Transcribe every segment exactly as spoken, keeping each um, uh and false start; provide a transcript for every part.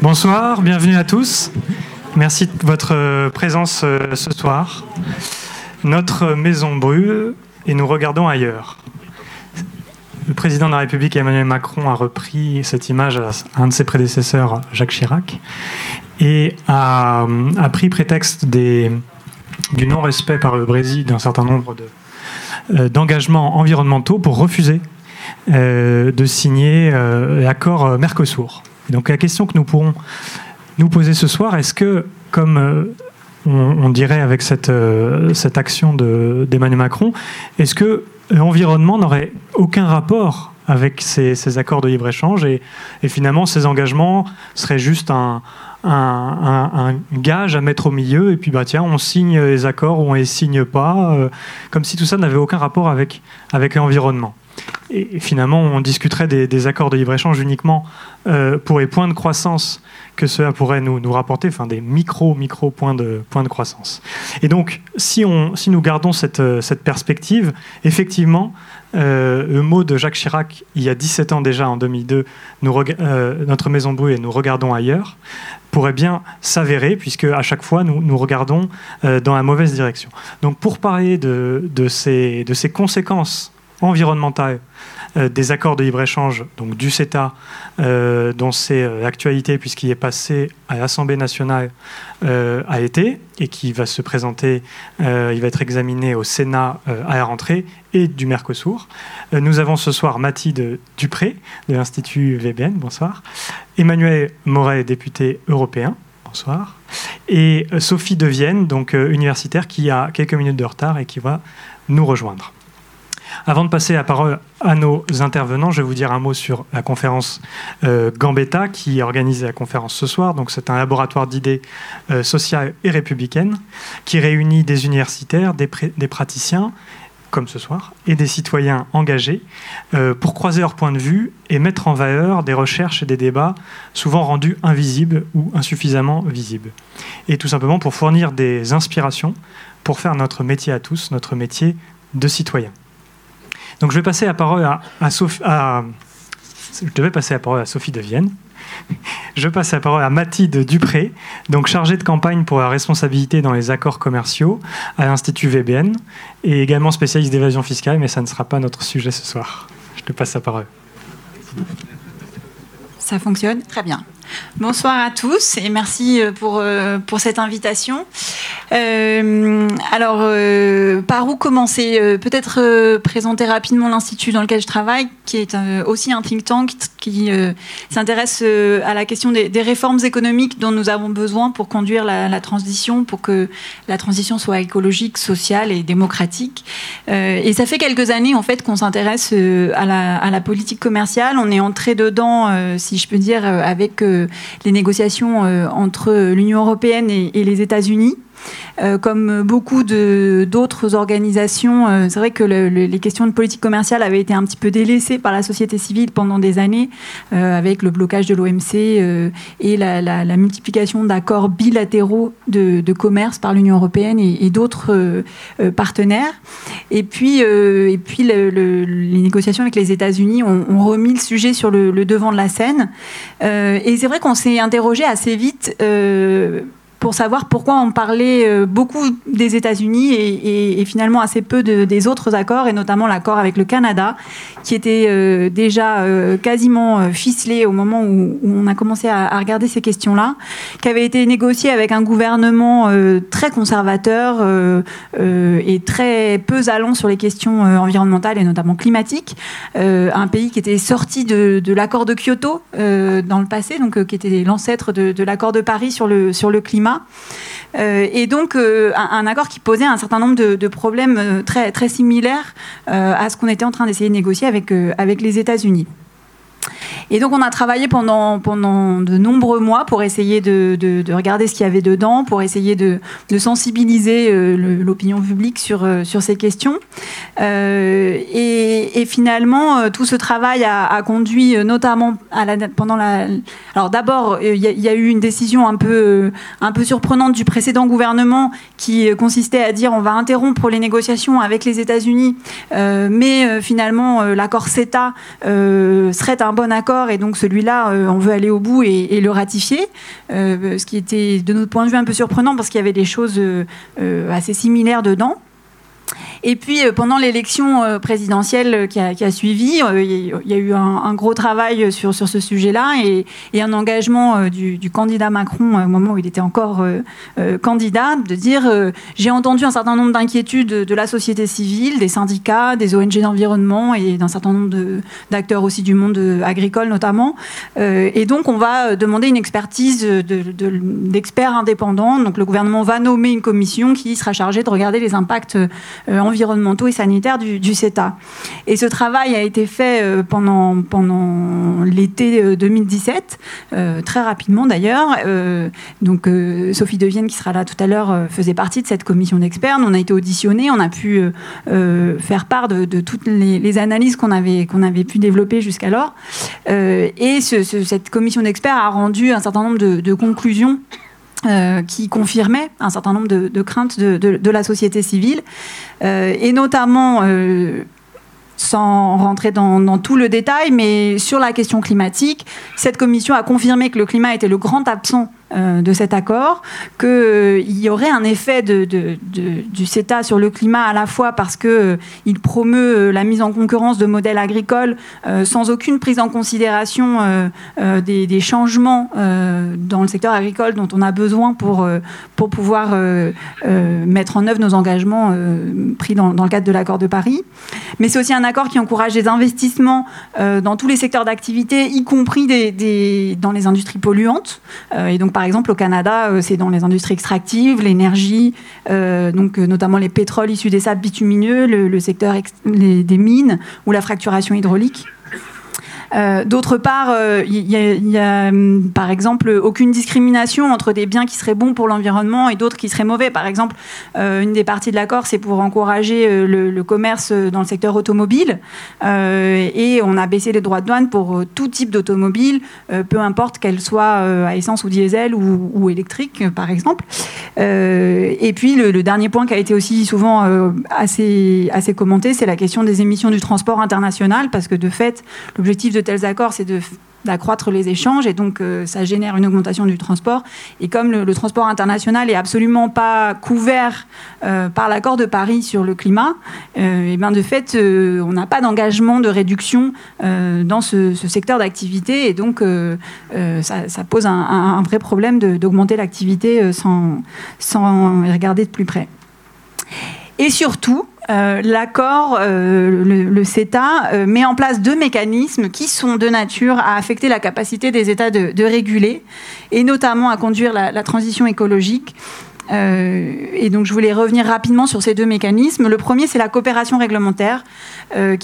Bonsoir, bienvenue à tous. Merci de votre présence ce soir. Notre maison brûle et nous regardons ailleurs. Le président de la République, Emmanuel Macron, a repris cette image à un de ses prédécesseurs, Jacques Chirac, et a, a pris prétexte des, du non-respect par le Brésil d'un certain nombre de, euh, d'engagements environnementaux pour refuser euh, de signer euh, l'accord Mercosur. Et donc la question que nous pourrons nous poser ce soir, est-ce que, comme euh, on, on dirait avec cette, euh, cette action de, d'Emmanuel Macron, est-ce que l'environnement n'aurait aucun rapport avec ces, ces accords de libre-échange et, et finalement ces engagements seraient juste un, un, un, un gage à mettre au milieu et puis bah tiens, on signe les accords ou on les signe pas, euh, comme si tout ça n'avait aucun rapport avec, avec l'environnement. Et finalement, on discuterait des, des accords de libre-échange uniquement euh, pour les points de croissance que cela pourrait nous, nous rapporter, enfin des micro, micro points de, points de croissance. Et donc, si, on, si nous gardons cette, cette perspective, effectivement, euh, le mot de Jacques Chirac, il y a dix-sept ans déjà, en deux mille deux, nous rega- euh, notre maison brûle et nous regardons ailleurs, pourrait bien s'avérer, puisque à chaque fois, nous, nous regardons euh, dans la mauvaise direction. Donc, pour parler de, de, ces, de ces conséquences environnementale euh, des accords de libre-échange, donc du CETA, euh, dont c'est euh, l'actualité puisqu'il est passé à l'Assemblée nationale euh, à l'été et qui va se présenter, euh, il va être examiné au Sénat euh, à la rentrée, et du Mercosur. Euh, nous avons ce soir Mathilde Dupré de l'Institut V B N, bonsoir, Emmanuel Moret, député européen, bonsoir, et euh, Sophie Devienne, donc euh, universitaire, qui a quelques minutes de retard et qui va nous rejoindre. Avant de passer la parole à nos intervenants, je vais vous dire un mot sur la conférence euh, Gambetta qui organise la conférence ce soir. Donc, c'est un laboratoire d'idées euh, sociales et républicaines qui réunit des universitaires, des, pré- des praticiens, comme ce soir, et des citoyens engagés euh, pour croiser leurs points de vue et mettre en valeur des recherches et des débats souvent rendus invisibles ou insuffisamment visibles. Et tout simplement pour fournir des inspirations pour faire notre métier à tous, notre métier de citoyen. Donc je vais passer la parole à, à Sophie. À, je devais passer la parole à Sophie Devienne. Je passe la parole à Mathilde Dupré, donc chargée de campagne pour la responsabilité dans les accords commerciaux à l'Institut V B N et également spécialiste d'évasion fiscale, mais ça ne sera pas notre sujet ce soir. Je te passe la parole. Ça fonctionne très bien. Bonsoir à tous et merci pour, euh, pour cette invitation. Euh, alors, euh, par où commencer ? euh, Peut-être euh, présenter rapidement l'Institut dans lequel je travaille, qui est euh, aussi un think tank qui euh, s'intéresse euh, à la question des, des réformes économiques dont nous avons besoin pour conduire la, la transition, pour que la transition soit écologique, sociale et démocratique. Euh, et ça fait quelques années en fait qu'on s'intéresse euh, à, la, à la politique commerciale. On est entré dedans, euh, si je peux dire, euh, avec euh, les négociations euh, entre l'Union européenne et, et les États-Unis. Euh, comme beaucoup de, d'autres organisations, euh, c'est vrai que le, le, les questions de politique commerciale avaient été un petit peu délaissées par la société civile pendant des années, euh, avec le blocage de l'O M C euh, et la, la, la multiplication d'accords bilatéraux de, de commerce par l'Union européenne et, et d'autres euh, euh, partenaires. Et puis, euh, et puis le, le, les négociations avec les États-Unis ont, ont remis le sujet sur le, le devant de la scène. Euh, et c'est vrai qu'on s'est interrogé assez vite euh, pour savoir pourquoi on parlait beaucoup des États-Unis et, et, et finalement assez peu de, des autres accords, et notamment l'accord avec le Canada, qui était euh, déjà euh, quasiment ficelé au moment où, où on a commencé à, à regarder ces questions-là, qui avait été négocié avec un gouvernement euh, très conservateur euh, euh, et très peu allant sur les questions euh, environnementales et notamment climatiques, euh, un pays qui était sorti de, de l'accord de Kyoto euh, dans le passé, donc euh, qui était l'ancêtre de, de l'accord de Paris sur le, sur le climat. Euh, et donc euh, un, un accord qui posait un certain nombre de, de problèmes euh, très, très similaires euh, à ce qu'on était en train d'essayer de négocier avec, euh, avec les États-Unis. Et donc on a travaillé pendant, pendant de nombreux mois pour essayer de, de, de regarder ce qu'il y avait dedans, pour essayer de, de sensibiliser euh, le, l'opinion publique sur, euh, sur ces questions. Euh, et, et finalement, euh, tout ce travail a, a conduit euh, notamment à la, pendant la... Alors d'abord, il y, y a eu une décision un peu, un peu surprenante du précédent gouvernement qui consistait à dire on va interrompre les négociations avec les États-Unis, euh, mais euh, finalement euh, l'accord CETA euh, serait un bon accord et donc celui-là, euh, on veut aller au bout et, et le ratifier, euh, ce qui était de notre point de vue un peu surprenant parce qu'il y avait des choses euh, euh, assez similaires dedans. Et puis, pendant l'élection présidentielle qui a, qui a suivi, il y a eu un, un gros travail sur, sur ce sujet-là et, et un engagement du, du candidat Macron, au moment où il était encore euh, euh, candidat, de dire euh, j'ai entendu un certain nombre d'inquiétudes de la société civile, des syndicats, des O N G d'environnement et d'un certain nombre de, d'acteurs aussi du monde agricole notamment. Euh, et donc, on va demander une expertise de, de, d'experts indépendants. Donc, le gouvernement va nommer une commission qui sera chargée de regarder les impacts Euh, environnementaux et sanitaires du, du CETA. Et ce travail a été fait euh, pendant, pendant l'été deux mille dix-sept, euh, très rapidement d'ailleurs. Euh, donc euh, Sophie Devienne, qui sera là tout à l'heure, euh, faisait partie de cette commission d'experts. On a été auditionnés, on a pu euh, euh, faire part de, de toutes les, les analyses qu'on avait, qu'on avait pu développer jusqu'alors. Euh, et ce, ce, cette commission d'experts a rendu un certain nombre de, de conclusions Euh, qui confirmait un certain nombre de, de craintes de, de, de la société civile, euh, et notamment, euh, sans rentrer dans, dans tout le détail, mais sur la question climatique, cette commission a confirmé que le climat était le grand absent euh, de cet accord, qu'il euh, y aurait un effet de, de, de, du CETA sur le climat, à la fois parce qu'il euh, promeut euh, la mise en concurrence de modèles agricoles euh, sans aucune prise en considération euh, euh, des, des changements euh, dans le secteur agricole dont on a besoin pour, euh, pour pouvoir euh, euh, mettre en œuvre nos engagements euh, pris dans, dans le cadre de l'accord de Paris. Mais c'est aussi un accord qui encourage des investissements euh, dans tous les secteurs d'activité, y compris des, des, dans les industries polluantes. Euh, et donc, par exemple, au Canada, euh, c'est dans les industries extractives, l'énergie, euh, donc euh, notamment les pétroles issus des sables bitumineux, le, le secteur ex- les, des mines ou la fracturation hydraulique. Euh, d'autre part, il euh, y, y, y a, par exemple, aucune discrimination entre des biens qui seraient bons pour l'environnement et d'autres qui seraient mauvais. Par exemple, euh, une des parties de l'accord, c'est pour encourager euh, le, le commerce dans le secteur automobile. Euh, et on a baissé les droits de douane pour euh, tout type d'automobile, euh, peu importe qu'elle soit euh, à essence ou diesel ou, ou électrique, euh, par exemple. Euh, et puis, le, le dernier point qui a été aussi souvent euh, assez, assez commenté, c'est la question des émissions du transport international, parce que de fait, l'objectif de tels accords, c'est de, d'accroître les échanges et donc euh, ça génère une augmentation du transport. Et comme le, le transport international est absolument pas couvert euh, par l'accord de Paris sur le climat, euh, et bien de fait, euh, on n'a pas d'engagement de réduction euh, dans ce, ce secteur d'activité et donc euh, euh, ça, ça pose un, un, un vrai problème de, d'augmenter l'activité sans, sans regarder de plus près. Et surtout, Euh, l'accord, euh, le, le CETA, euh, met en place deux mécanismes qui sont de nature à affecter la capacité des États de, de réguler, et notamment à conduire la, la transition écologique. Euh, et donc je voulais revenir rapidement sur ces deux mécanismes. Le premier, c'est la coopération réglementaire, euh,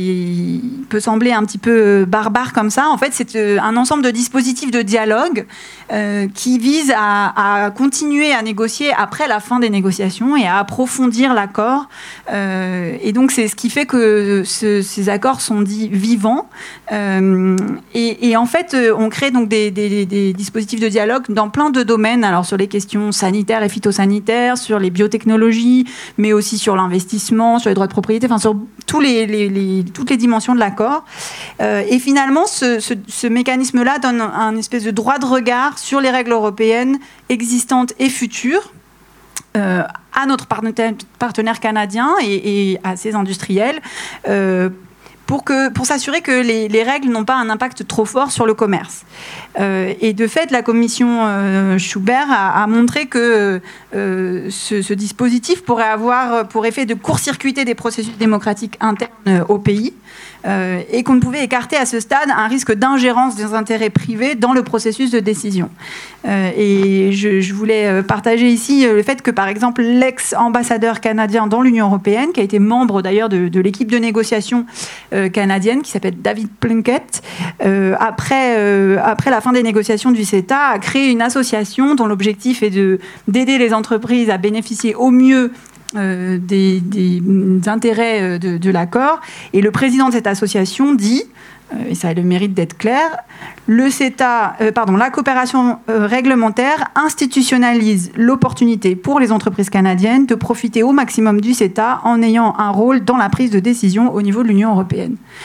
qui peut sembler un petit peu barbare comme ça. En fait, c'est euh, un ensemble de dispositifs de dialogue euh, qui visent à, à continuer à négocier après la fin des négociations et à approfondir l'accord. Euh, et donc c'est ce qui fait que ce, ces accords sont dits vivants. Euh, et, et en fait, on crée donc des, des, des dispositifs de dialogue dans plein de domaines. Alors sur les questions sanitaires et phytosanitaires, sur les biotechnologies, mais aussi sur l'investissement, sur les droits de propriété, enfin sur tous les, les, les, toutes les dimensions de l'accord. Euh, et finalement, ce, ce, ce mécanisme-là donne un, un espèce de droit de regard sur les règles européennes existantes et futures euh, à notre partenaire, partenaire canadien et, et à ses industriels, euh, pour, que, pour s'assurer que les, les règles n'ont pas un impact trop fort sur le commerce. Euh, et de fait, la commission euh, Schubert a, a montré que euh, ce, ce dispositif pourrait avoir pour effet de court-circuiter des processus démocratiques internes au pays, euh, et qu'on ne pouvait écarter à ce stade un risque d'ingérence des intérêts privés dans le processus de décision. Euh, et je, je voulais partager ici le fait que, par exemple, l'ex-ambassadeur canadien dans l'Union européenne, qui a été membre d'ailleurs de, de l'équipe de négociation euh, canadienne, qui s'appelle David Plunkett, euh, après, euh, après la fin des négociations du CETA, a créé une association dont l'objectif est de, d'aider les entreprises à bénéficier au mieux euh, des, des intérêts de, de l'accord. Et le président de cette association dit, euh, et ça a le mérite d'être clair, le CETA, euh, pardon, la coopération euh, réglementaire institutionnalise l'opportunité pour les entreprises canadiennes de profiter au maximum du CETA en ayant un rôle dans la prise de décision au niveau de l'Union européenne.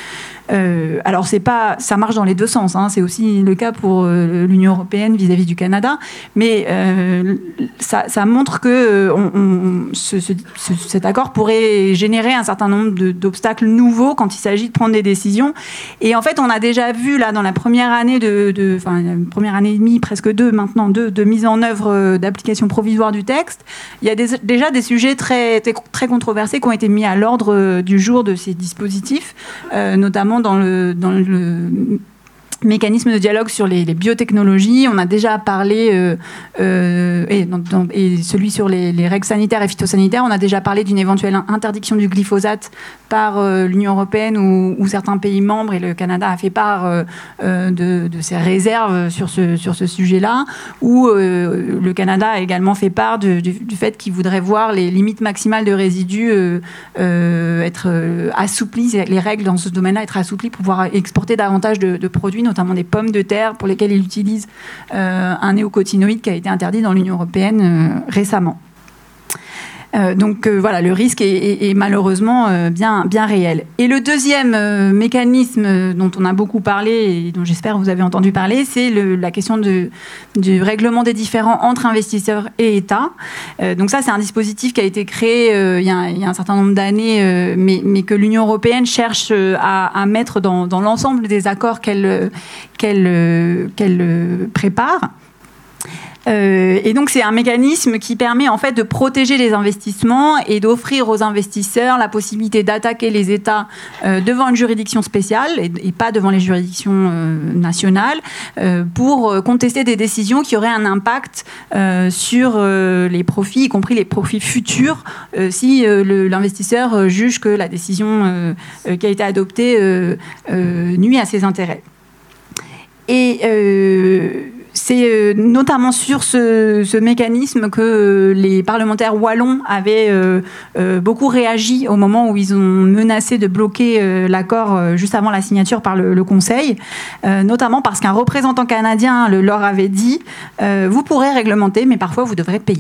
Euh, alors c'est pas, ça marche dans les deux sens. Hein, c'est aussi le cas pour euh, l'Union européenne vis-à-vis du Canada, mais euh, ça, ça montre que on, on, ce, ce, ce, cet accord pourrait générer un certain nombre de, d'obstacles nouveaux quand il s'agit de prendre des décisions. Et en fait, on a déjà vu là dans la première année de, de enfin la première année et demie, presque deux maintenant, deux de mise en œuvre d'application provisoire du texte, il y a des, déjà des sujets très très controversés qui ont été mis à l'ordre du jour de ces dispositifs, euh, notamment dans le dans le mécanisme de dialogue sur les, les biotechnologies. On a déjà parlé, euh, euh, et, dans, dans, et celui sur les, les règles sanitaires et phytosanitaires, on a déjà parlé d'une éventuelle interdiction du glyphosate par euh, l'Union européenne ou, ou certains pays membres, et le Canada a fait part euh, de, de ses réserves sur ce, sur ce sujet-là, où euh, le Canada a également fait part de, du, du fait qu'il voudrait voir les limites maximales de résidus euh, euh, être euh, assouplies, les règles dans ce domaine-là être assouplies pour pouvoir exporter davantage de, de produits, notamment des pommes de terre pour lesquelles il utilise euh, un néocotinoïde qui a été interdit dans l'Union européenne euh, récemment. Euh, donc euh, voilà, le risque est, est, est malheureusement euh, bien, bien réel. Et le deuxième euh, mécanisme dont on a beaucoup parlé et dont j'espère vous avez entendu parler, c'est le, la question de, du règlement des différends entre investisseurs et États. Euh, donc ça, c'est un dispositif qui a été créé euh, il, y a, il y a un certain nombre d'années, euh, mais, mais que l'Union européenne cherche à, à mettre dans, dans l'ensemble des accords qu'elle, qu'elle, qu'elle prépare. Euh, et donc c'est un mécanisme qui permet en fait de protéger les investissements et d'offrir aux investisseurs la possibilité d'attaquer les États euh, devant une juridiction spéciale et, et pas devant les juridictions euh, nationales euh, pour contester des décisions qui auraient un impact euh, sur euh, les profits, y compris les profits futurs, euh, si euh, le, l'investisseur juge que la décision euh, euh, qui a été adoptée euh, euh, nuit à ses intérêts. Et euh, c'est notamment sur ce, ce mécanisme que les parlementaires wallons avaient euh, euh, beaucoup réagi au moment où ils ont menacé de bloquer euh, l'accord euh, juste avant la signature par le, le Conseil, euh, notamment parce qu'un représentant canadien le, leur avait dit euh, « Vous pourrez réglementer, mais parfois vous devrez payer ».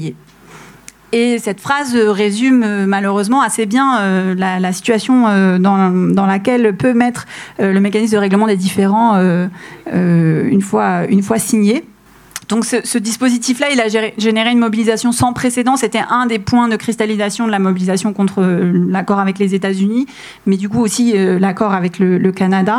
Et cette phrase résume malheureusement assez bien euh, la, la situation euh, dans, dans laquelle peut mettre euh, le mécanisme de règlement des différends euh, euh, une fois, une fois signé. Donc ce, ce dispositif-là, il a généré une mobilisation sans précédent. C'était un des points de cristallisation de la mobilisation contre l'accord avec les États-Unis, mais du coup aussi euh, l'accord avec le, le Canada.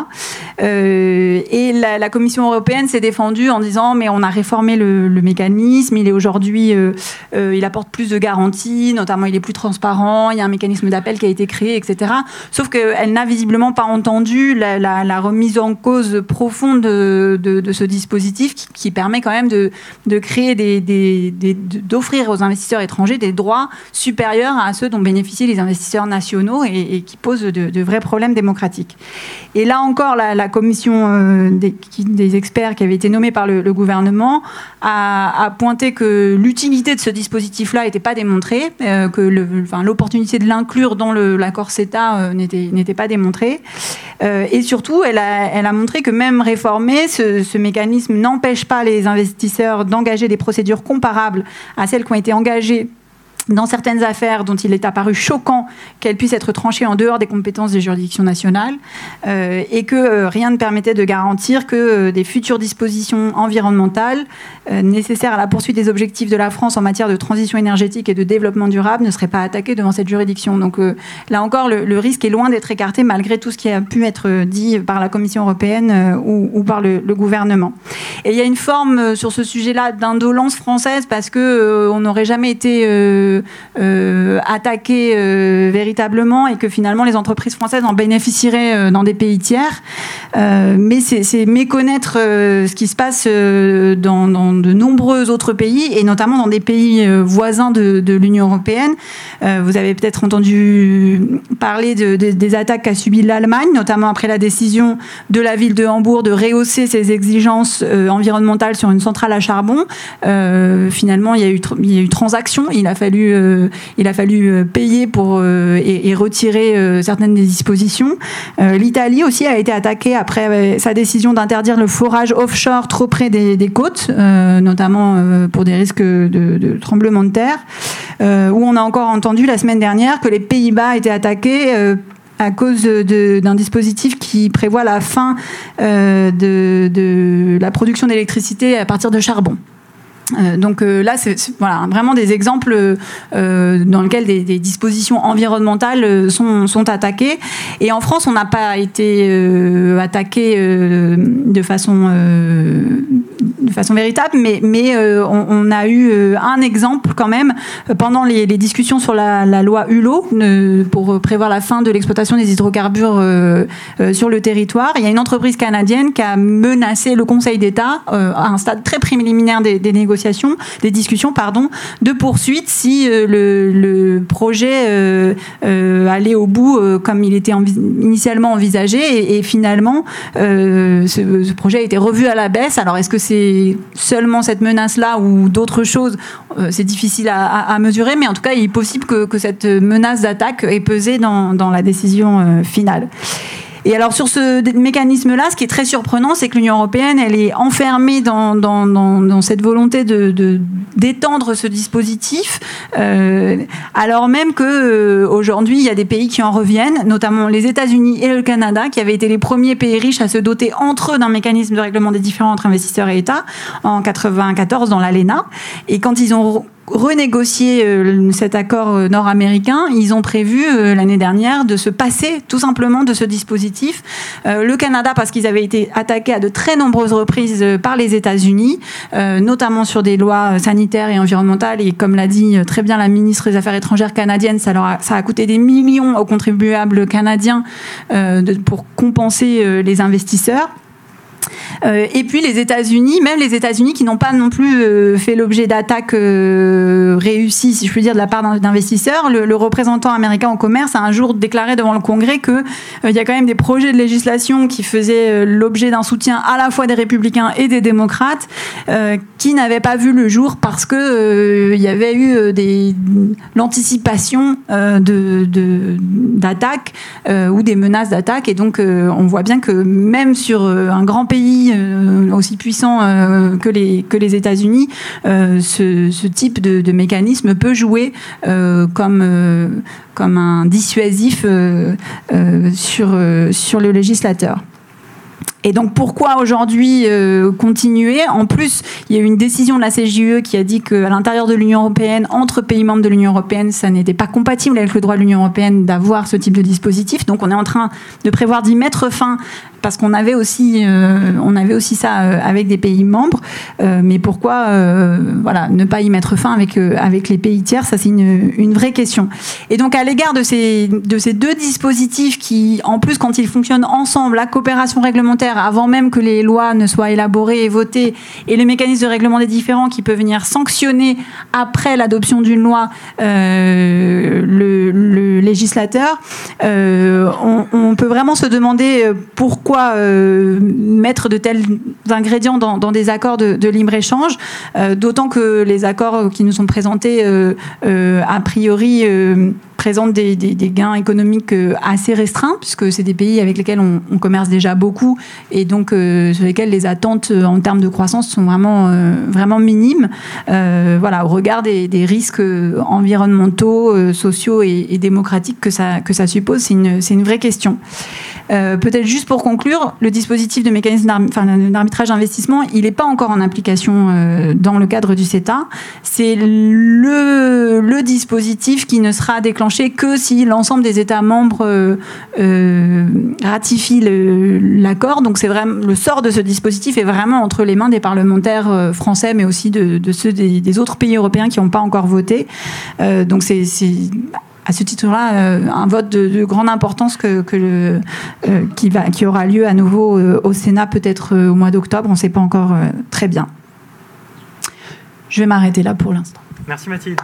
Euh, et la, la Commission européenne s'est défendue en disant mais on a réformé le, le mécanisme, il est aujourd'hui, euh, euh, il apporte plus de garanties, notamment il est plus transparent, il y a un mécanisme d'appel qui a été créé, et cetera. Sauf qu'elle n'a visiblement pas entendu la, la, la remise en cause profonde de, de, de ce dispositif qui, qui permet quand même de De, de créer des, des, des, d'offrir aux investisseurs étrangers des droits supérieurs à ceux dont bénéficient les investisseurs nationaux et, et qui posent de, de vrais problèmes démocratiques. Et là encore, la, la commission euh, des, des experts qui avait été nommée par le, le gouvernement a, a pointé que l'utilité de ce dispositif-là n'était pas démontrée, euh, que le, enfin, l'opportunité de l'inclure dans le, l'accord CETA euh, n'était, n'était pas démontrée. Euh, et surtout, elle a, elle a montré que même réformé, ce, ce mécanisme n'empêche pas les investisseurs d'engager des procédures comparables à celles qui ont été engagées dans certaines affaires dont il est apparu choquant qu'elles puissent être tranchées en dehors des compétences des juridictions nationales euh, et que euh, rien ne permettait de garantir que euh, des futures dispositions environnementales euh, nécessaires à la poursuite des objectifs de la France en matière de transition énergétique et de développement durable ne seraient pas attaquées devant cette juridiction. Donc euh, là encore, le, le risque est loin d'être écarté malgré tout ce qui a pu être dit par la Commission européenne euh, ou, ou par le, le gouvernement. Et il y a une forme euh, sur ce sujet-là d'indolence française parce qu'on euh, n'aurait jamais été... Euh, Euh, attaquer euh, véritablement et que finalement les entreprises françaises en bénéficieraient euh, dans des pays tiers. Euh, mais c'est, c'est méconnaître euh, ce qui se passe euh, dans, dans de nombreux autres pays et notamment dans des pays euh, voisins de, de l'Union européenne. Euh, vous avez peut-être entendu parler de, de, des attaques qu'a subies l'Allemagne, notamment après la décision de la ville de Hambourg de rehausser ses exigences euh, environnementales sur une centrale à charbon. Euh, finalement, il y a eu, il y a eu transaction. Il a fallu Euh, il a fallu payer pour, euh, et, et retirer euh, certaines des dispositions. Euh, L'Italie aussi a été attaquée après euh, sa décision d'interdire le forage offshore trop près des, des côtes, euh, notamment euh, pour des risques de, de tremblements de terre, euh, où on a encore entendu la semaine dernière que les Pays-Bas étaient attaqués euh, à cause de, d'un dispositif qui prévoit la fin euh, de, de la production d'électricité à partir de charbon. Euh, donc euh, là, c'est, c'est voilà, vraiment des exemples euh, dans lesquels des, des dispositions environnementales sont, sont attaquées. Et en France, on n'a pas été euh, attaqué euh, de façon euh, de façon véritable, mais, mais euh, on, on a eu euh, un exemple quand même pendant les, les discussions sur la, la loi Hulot euh, pour prévoir la fin de l'exploitation des hydrocarbures euh, euh, sur le territoire. Il y a une entreprise canadienne qui a menacé le Conseil d'État euh, à un stade très préliminaire des, des négociations des discussions pardon, de poursuite si euh, le, le projet euh, euh, allait au bout euh, comme il était envi- initialement envisagé et, et finalement euh, ce, ce projet a été revu à la baisse. Alors est-ce que c'est seulement cette menace-là ou d'autres choses, euh, c'est difficile à, à, à mesurer, mais en tout cas il est possible que, que cette menace d'attaque ait pesé dans, dans la décision euh, finale. Et alors sur ce mécanisme-là, ce qui est très surprenant, c'est que l'Union européenne, elle est enfermée dans, dans, dans, dans cette volonté de, de, d'étendre ce dispositif, euh, alors même que euh, aujourd'hui, il y a des pays qui en reviennent, notamment les États-Unis et le Canada, qui avaient été les premiers pays riches à se doter entre eux d'un mécanisme de règlement des différends entre investisseurs et États en quatre-vingt-quatorze dans l'ALENA. Et quand ils ont renégocier euh, cet accord euh, nord-américain, ils ont prévu euh, l'année dernière de se passer tout simplement de ce dispositif. Euh, le Canada, parce qu'ils avaient été attaqués à de très nombreuses reprises euh, par les États-Unis, euh, notamment sur des lois sanitaires et environnementales, et comme l'a dit très bien la ministre des Affaires étrangères canadienne, ça, leur a, ça a coûté des millions aux contribuables canadiens euh, de, pour compenser euh, les investisseurs. Euh, et puis les États-Unis, même les États-Unis qui n'ont pas non plus euh, fait l'objet d'attaques euh, réussies, si je puis dire, de la part d'investisseurs, le, le représentant américain au commerce a un jour déclaré devant le Congrès que euh, il y a quand même des projets de législation qui faisaient euh, l'objet d'un soutien à la fois des républicains et des démocrates euh, qui n'avaient pas vu le jour parce que euh, il y avait eu euh, des l'anticipation euh, de, de d'attaques euh, ou des menaces d'attaques, et donc euh, on voit bien que même sur euh, un grand pays euh, aussi puissant euh, que les que les États-Unis, euh, ce, ce type de, de mécanisme peut jouer euh, comme euh, comme un dissuasif euh, euh, sur euh, sur le législateur. Et donc pourquoi aujourd'hui euh, continuer ? En plus, il y a eu une décision de la C J E qui a dit qu'à l'intérieur de l'Union européenne, entre pays membres de l'Union européenne, ça n'était pas compatible avec le droit de l'Union européenne d'avoir ce type de dispositif. Donc on est en train de prévoir d'y mettre fin, parce qu'on avait aussi, euh, on avait aussi ça euh, avec des pays membres. Euh, mais pourquoi euh, voilà, ne pas y mettre fin avec, euh, avec les pays tiers ? Ça, c'est une, une vraie question. Et donc à l'égard de ces, de ces deux dispositifs qui, en plus, quand ils fonctionnent ensemble, la coopération réglementaire, avant même que les lois ne soient élaborées et votées, et le mécanisme de règlement des différends qui peut venir sanctionner après l'adoption d'une loi euh, le, le législateur, euh, on, on peut vraiment se demander pourquoi euh, mettre de tels ingrédients dans, dans des accords de, de libre-échange, euh, d'autant que les accords qui nous sont présentés euh, euh, a priori euh, présentent des, des, des gains économiques assez restreints, puisque c'est des pays avec lesquels on, on commerce déjà beaucoup, et donc euh, sur lesquels les attentes euh, en termes de croissance sont vraiment, euh, vraiment minimes, euh, voilà, au regard des, des risques environnementaux, euh, sociaux et, et démocratiques que ça, que ça suppose. C'est une, c'est une vraie question. Euh, peut-être juste pour conclure, le dispositif de mécanisme d'arbitrage d'investissement, il n'est pas encore en application euh, dans le cadre du CETA. C'est le, le dispositif qui ne sera déclenché que si l'ensemble des États membres euh, euh, ratifient le, l'accord. Donc c'est vraiment, le sort de ce dispositif est vraiment entre les mains des parlementaires euh, français, mais aussi de, de ceux des, des autres pays européens qui n'ont pas encore voté. Euh, donc c'est, c'est à ce titre-là, euh, un vote de, de grande importance que, que le, euh, qui, va, qui aura lieu à nouveau euh, au Sénat, peut-être euh, au mois d'octobre. On ne sait pas encore euh, très bien. Je vais m'arrêter là pour l'instant. Merci Mathilde.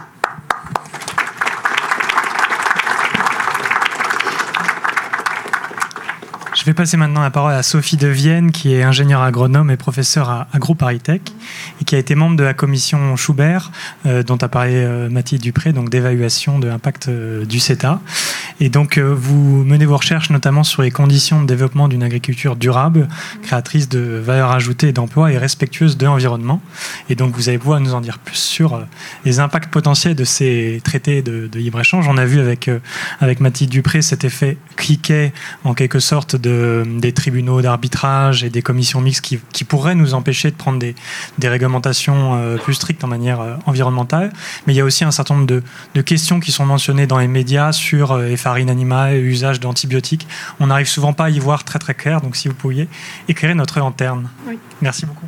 Je vais passer maintenant la parole à Sophie de Vienne, qui est ingénieure agronome et professeure à AgroParisTech, et qui a été membre de la commission Schubert, euh, dont a parlé euh, Mathilde Dupré, donc d'évaluation de l'impact euh, du CETA. Et donc, euh, vous menez vos recherches notamment sur les conditions de développement d'une agriculture durable, créatrice de valeur ajoutée et d'emplois et respectueuse de l'environnement. Et donc, vous allez pouvoir nous en dire plus sur euh, les impacts potentiels de ces traités de, de libre-échange. On a vu avec, euh, avec Mathilde Dupré cet effet cliquet, en quelque sorte, de, des tribunaux d'arbitrage et des commissions mixtes qui, qui pourraient nous empêcher de prendre des, des réglementations euh, plus strictes en manière euh, environnementale. Mais il y a aussi un certain nombre de, de questions qui sont mentionnées dans les médias sur euh, les farines animales, l'usage d'antibiotiques. On n'arrive souvent pas à y voir très très clair, donc si vous pouviez éclairer notre lanterne. Oui. Merci beaucoup.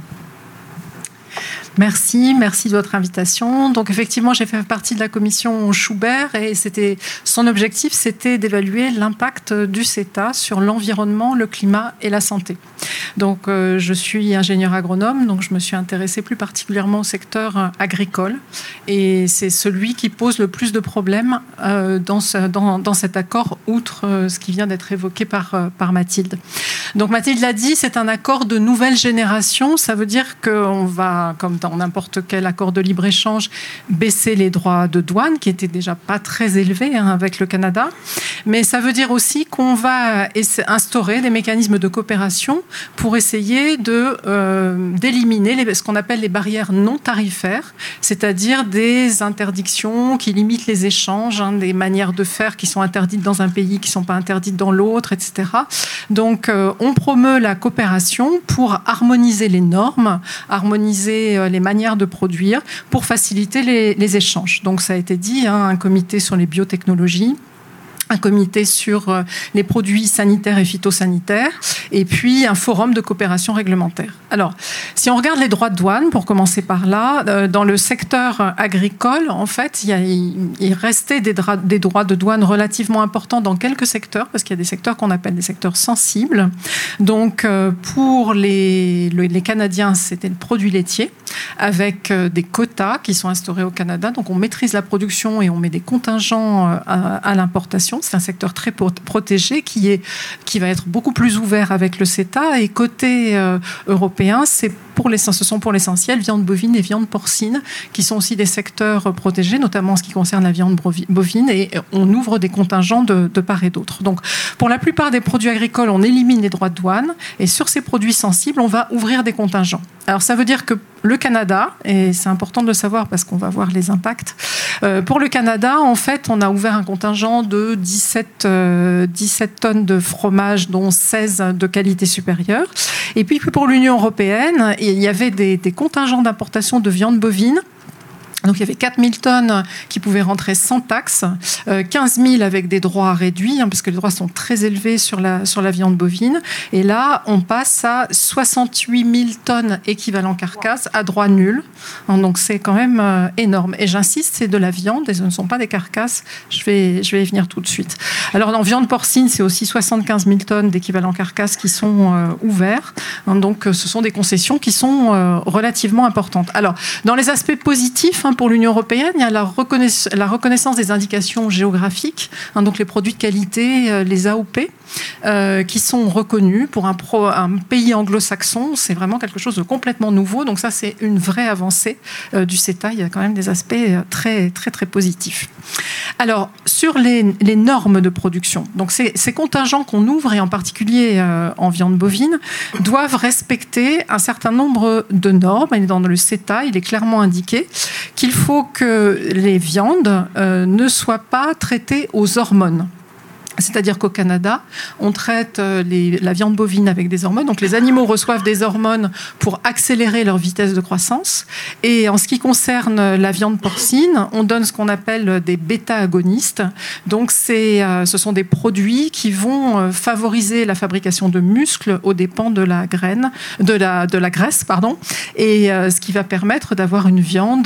Merci, merci de votre invitation. Donc effectivement, j'ai fait partie de la commission Schubert et c'était, son objectif, c'était d'évaluer l'impact du CETA sur l'environnement, le climat et la santé. Donc euh, je suis ingénieure agronome, donc je me suis intéressée plus particulièrement au secteur agricole et c'est celui qui pose le plus de problèmes euh, dans, ce, dans, dans cet accord, outre euh, ce qui vient d'être évoqué par, euh, par Mathilde. Donc Mathilde l'a dit, c'est un accord de nouvelle génération, ça veut dire qu'on va, comme dans n'importe quel accord de libre-échange, baisser les droits de douane, qui étaient déjà pas très élevés hein, avec le Canada. Mais ça veut dire aussi qu'on va instaurer des mécanismes de coopération pour essayer de, euh, d'éliminer les, ce qu'on appelle les barrières non tarifaires, c'est-à-dire des interdictions qui limitent les échanges, hein, des manières de faire qui sont interdites dans un pays, qui ne sont pas interdites dans l'autre, et cetera. Donc, euh, on promeut la coopération pour harmoniser les normes, harmoniser euh, les manières de produire, pour faciliter les, les échanges. Donc, ça a été dit, hein, un comité sur les biotechnologies, un comité sur les produits sanitaires et phytosanitaires, et puis un forum de coopération réglementaire. Alors, si on regarde les droits de douane, pour commencer par là, dans le secteur agricole, en fait, il, y a, il restait des, dra- des droits de douane relativement importants dans quelques secteurs, parce qu'il y a des secteurs qu'on appelle des secteurs sensibles. Donc, pour les, les Canadiens, c'était le produit laitier, avec des quotas qui sont instaurés au Canada. Donc, on maîtrise la production et on met des contingents à, à l'importation. C'est un secteur très protégé qui, est, qui va être beaucoup plus ouvert avec le CETA. Et côté euh, européen, c'est pour les, ce sont pour l'essentiel viande bovine et viande porcine, qui sont aussi des secteurs protégés, notamment en ce qui concerne la viande bovine. Et on ouvre des contingents de, de part et d'autre. Donc, pour la plupart des produits agricoles, on élimine les droits de douane. Et sur ces produits sensibles, on va ouvrir des contingents. Alors, ça veut dire que le Canada, et c'est important de le savoir parce qu'on va voir les impacts, euh, pour le Canada, en fait, on a ouvert un contingent de dix-sept, euh, dix-sept tonnes de fromage, dont seize de qualité supérieure. Et puis, pour l'Union européenne, il y avait des, des contingents d'importation de viande bovine. Donc, il y avait quatre mille tonnes qui pouvaient rentrer sans taxe, euh, quinze mille avec des droits réduits, hein, parce que les droits sont très élevés sur la, sur la viande bovine. Et là, on passe à soixante-huit mille tonnes équivalent carcasse à droit nul. Hein, donc, c'est quand même euh, énorme. Et j'insiste, c'est de la viande et ce ne sont pas des carcasses. Je vais, je vais y venir tout de suite. Alors, en viande porcine, c'est aussi soixante-quinze mille tonnes d'équivalent carcasse qui sont euh, ouverts. Hein, donc, ce sont des concessions qui sont euh, relativement importantes. Alors, dans les aspects positifs, hein, pour l'Union européenne, il y a la, reconnaissance, la reconnaissance des indications géographiques, hein, donc les produits de qualité, euh, les A O P, euh, qui sont reconnus pour un, pro, un pays anglo-saxon. C'est vraiment quelque chose de complètement nouveau. Donc ça, c'est une vraie avancée euh, du CETA. Il y a quand même des aspects très, très, très positifs. Alors, sur les, les normes de production, donc ces, ces contingents qu'on ouvre, et en particulier euh, en viande bovine, doivent respecter un certain nombre de normes. Et dans le CETA, il est clairement indiqué qu'il faut que les viandes euh, ne soient pas traitées aux hormones. C'est-à-dire qu'au Canada, on traite les, la viande bovine avec des hormones. Donc les animaux reçoivent des hormones pour accélérer leur vitesse de croissance. Et en ce qui concerne la viande porcine, on donne ce qu'on appelle des bêta-agonistes. Donc c'est, euh, ce sont des produits qui vont favoriser la fabrication de muscles aux dépens de la graine, de la, de la graisse, pardon. Et euh, ce qui va permettre d'avoir une viande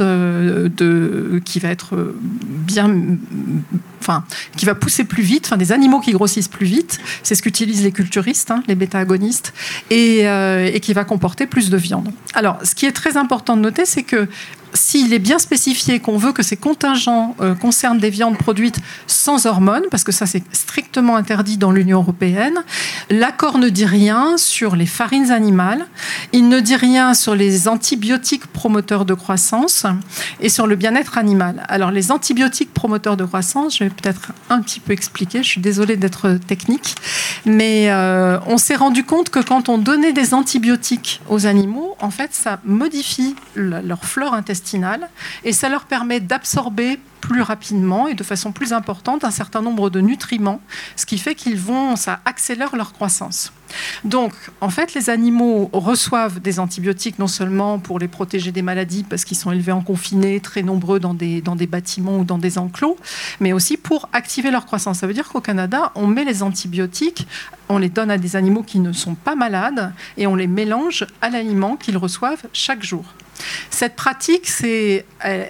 de, qui va être bien, enfin, qui va pousser plus vite, enfin des animaux qui grossissent plus vite, c'est ce qu'utilisent les culturistes, hein, les bêta-agonistes, et, euh, et qui va comporter plus de viande. Alors, ce qui est très important de noter, c'est que s'il est bien spécifié qu'on veut que ces contingents euh, concernent des viandes produites sans hormones, parce que ça c'est strictement interdit dans l'Union européenne, l'accord ne dit rien sur les farines animales, il ne dit rien sur les antibiotiques promoteurs de croissance et sur le bien-être animal. Alors les antibiotiques promoteurs de croissance, je vais peut-être un petit peu expliquer, je suis désolée d'être technique, mais euh, on s'est rendu compte que quand on donnait des antibiotiques aux animaux, en fait ça modifie le, leur flore intestinale et ça leur permet d'absorber plus rapidement et de façon plus importante un certain nombre de nutriments, ce qui fait qu'ils vont, ça accélère leur croissance. Donc, en fait, les animaux reçoivent des antibiotiques non seulement pour les protéger des maladies parce qu'ils sont élevés en confiné, très nombreux dans des, dans des bâtiments ou dans des enclos, mais aussi pour activer leur croissance. Ça veut dire qu'au Canada, on met les antibiotiques, on les donne à des animaux qui ne sont pas malades et on les mélange à l'aliment qu'ils reçoivent chaque jour. Cette pratique c'est,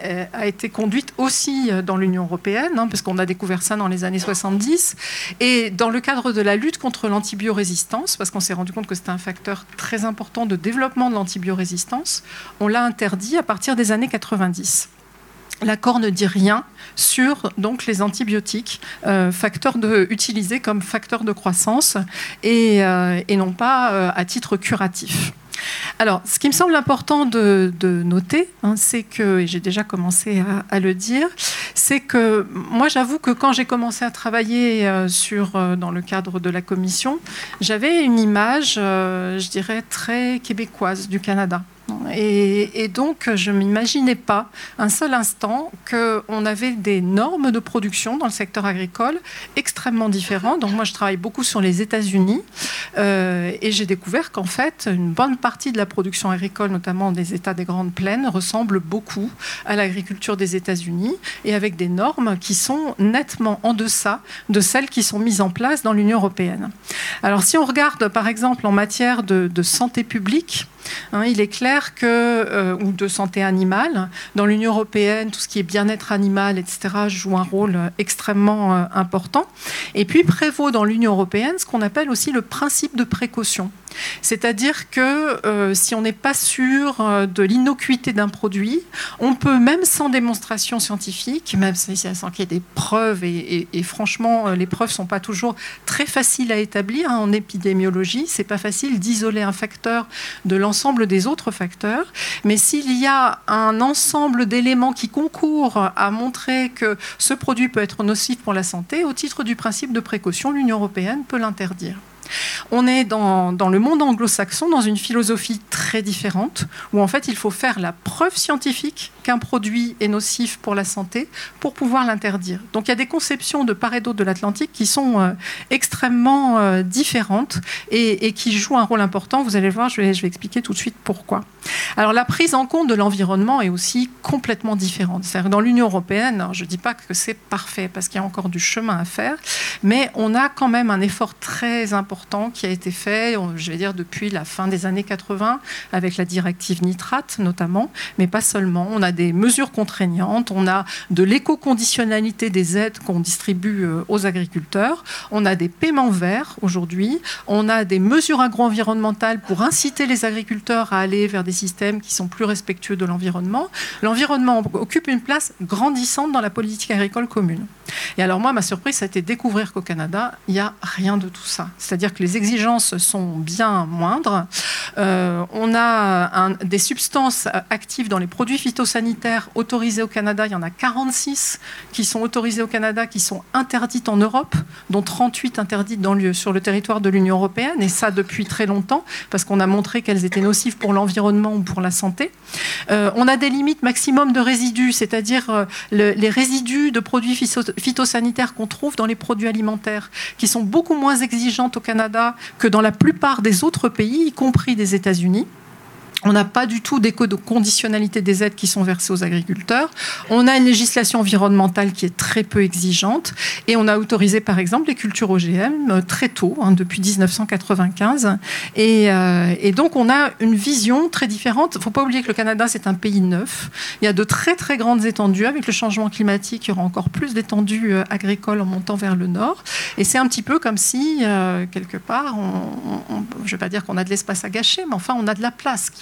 a été conduite aussi dans l'Union européenne, hein, parce qu'on a découvert ça dans les années soixante-dix, et dans le cadre de la lutte contre l'antibiorésistance, parce qu'on s'est rendu compte que c'était un facteur très important de développement de l'antibiorésistance, on l'a interdit à partir des années quatre-vingt-dix. L'accord ne dit rien sur donc, les antibiotiques euh, facteurs de, utilisés comme facteurs de croissance et, euh, et non pas euh, à titre curatif. Alors, ce qui me semble important de, de noter, hein, c'est que, et j'ai déjà commencé à, à le dire, c'est que moi, j'avoue que quand j'ai commencé à travailler euh, sur, euh, dans le cadre de la commission, j'avais une image, euh, je dirais, très québécoise du Canada. Et, et donc, je ne m'imaginais pas un seul instant qu'on avait des normes de production dans le secteur agricole extrêmement différentes. Donc, moi, je travaille beaucoup sur les États-Unis euh, et j'ai découvert qu'en fait, une bonne partie de la production agricole, notamment des États des Grandes Plaines, ressemble beaucoup à l'agriculture des États-Unis et avec des normes qui sont nettement en deçà de celles qui sont mises en place dans l'Union européenne. Alors, si on regarde, par exemple, en matière de, de santé publique, Hein, il est clair que, euh, ou de santé animale, dans l'Union européenne, tout ce qui est bien-être animal, et cetera, joue un rôle extrêmement euh, important. Et puis prévaut dans l'Union européenne ce qu'on appelle aussi le principe de précaution. C'est-à-dire que euh, si on n'est pas sûr euh, de l'innocuité d'un produit, on peut, même sans démonstration scientifique, même sans qu'il y ait des preuves, et, et, et franchement, euh, les preuves ne sont pas toujours très faciles à établir hein, en épidémiologie, c'est pas facile d'isoler un facteur de l'ensemble des autres facteurs, mais s'il y a un ensemble d'éléments qui concourent à montrer que ce produit peut être nocif pour la santé, au titre du principe de précaution, l'Union européenne peut l'interdire. On est dans, dans le monde anglo-saxon dans une philosophie très différente où en fait il faut faire la preuve scientifique qu'un produit est nocif pour la santé pour pouvoir l'interdire. Donc il y a des conceptions de part et d'autre de l'Atlantique qui sont euh, extrêmement euh, différentes et, et qui jouent un rôle important. Vous allez voir, je vais, je vais expliquer tout de suite pourquoi. Alors la prise en compte de l'environnement est aussi complètement différente. C'est-à-dire dans l'Union européenne, alors, je ne dis pas que c'est parfait parce qu'il y a encore du chemin à faire, mais on a quand même un effort très important qui a été fait, je vais dire, depuis la fin des années quatre-vingts, avec la directive nitrate notamment, mais pas seulement. On a des mesures contraignantes, on a de l'éco-conditionnalité des aides qu'on distribue aux agriculteurs, on a des paiements verts aujourd'hui, on a des mesures agro-environnementales pour inciter les agriculteurs à aller vers des systèmes qui sont plus respectueux de l'environnement. L'environnement occupe une place grandissante dans la politique agricole commune. Et alors moi, ma surprise, ça a été de découvrir qu'au Canada, il n'y a rien de tout ça. C'est-à-dire que les exigences sont bien moindres. Euh, on a un, des substances actives dans les produits phytosanitaires autorisés au Canada. Il y en a quarante-six qui sont autorisées au Canada, qui sont interdites en Europe, dont trente-huit interdites dans le, sur le territoire de l'Union européenne. Et ça depuis très longtemps, parce qu'on a montré qu'elles étaient nocives pour l'environnement ou pour la santé. Euh, on a des limites maximum de résidus, c'est-à-dire euh, le, les résidus de produits phytosanitaires qu'on trouve dans les produits alimentaires, qui sont beaucoup moins exigeantes au Canada que dans la plupart des autres pays, y compris des États-Unis. On n'a pas du tout d'éco-conditionnalité des aides qui sont versées aux agriculteurs. On a une législation environnementale qui est très peu exigeante. Et on a autorisé, par exemple, les cultures O G M très tôt, hein, depuis dix-neuf cent quatre-vingt-quinze. Et, euh, et donc, on a une vision très différente. Il ne faut pas oublier que le Canada, c'est un pays neuf. Il y a de très, très grandes étendues. Avec le changement climatique, il y aura encore plus d'étendues euh, agricoles en montant vers le nord. Et c'est un petit peu comme si, euh, quelque part, on, on, je ne vais pas dire qu'on a de l'espace à gâcher, mais enfin, on a de la place qui est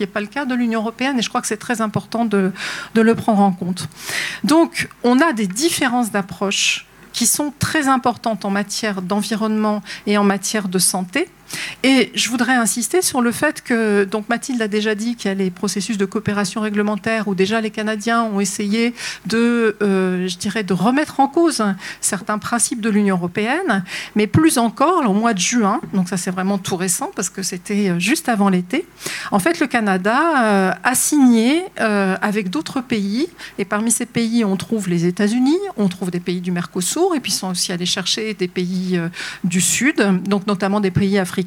pas le cas de l'Union européenne, et je crois que c'est très important de, de le prendre en compte. Donc, on a des différences d'approche qui sont très importantes en matière d'environnement et en matière de santé. Et je voudrais insister sur le fait que, donc Mathilde a déjà dit qu'il y a les processus de coopération réglementaire où déjà les Canadiens ont essayé de, euh, je dirais, de remettre en cause certains principes de l'Union européenne, mais plus encore, au mois de juin, donc ça c'est vraiment tout récent parce que c'était juste avant l'été, en fait le Canada euh, a signé euh, avec d'autres pays, et parmi ces pays on trouve les États-Unis, on trouve des pays du Mercosur, et puis ils sont aussi allés chercher des pays euh, du Sud, donc notamment des pays africains,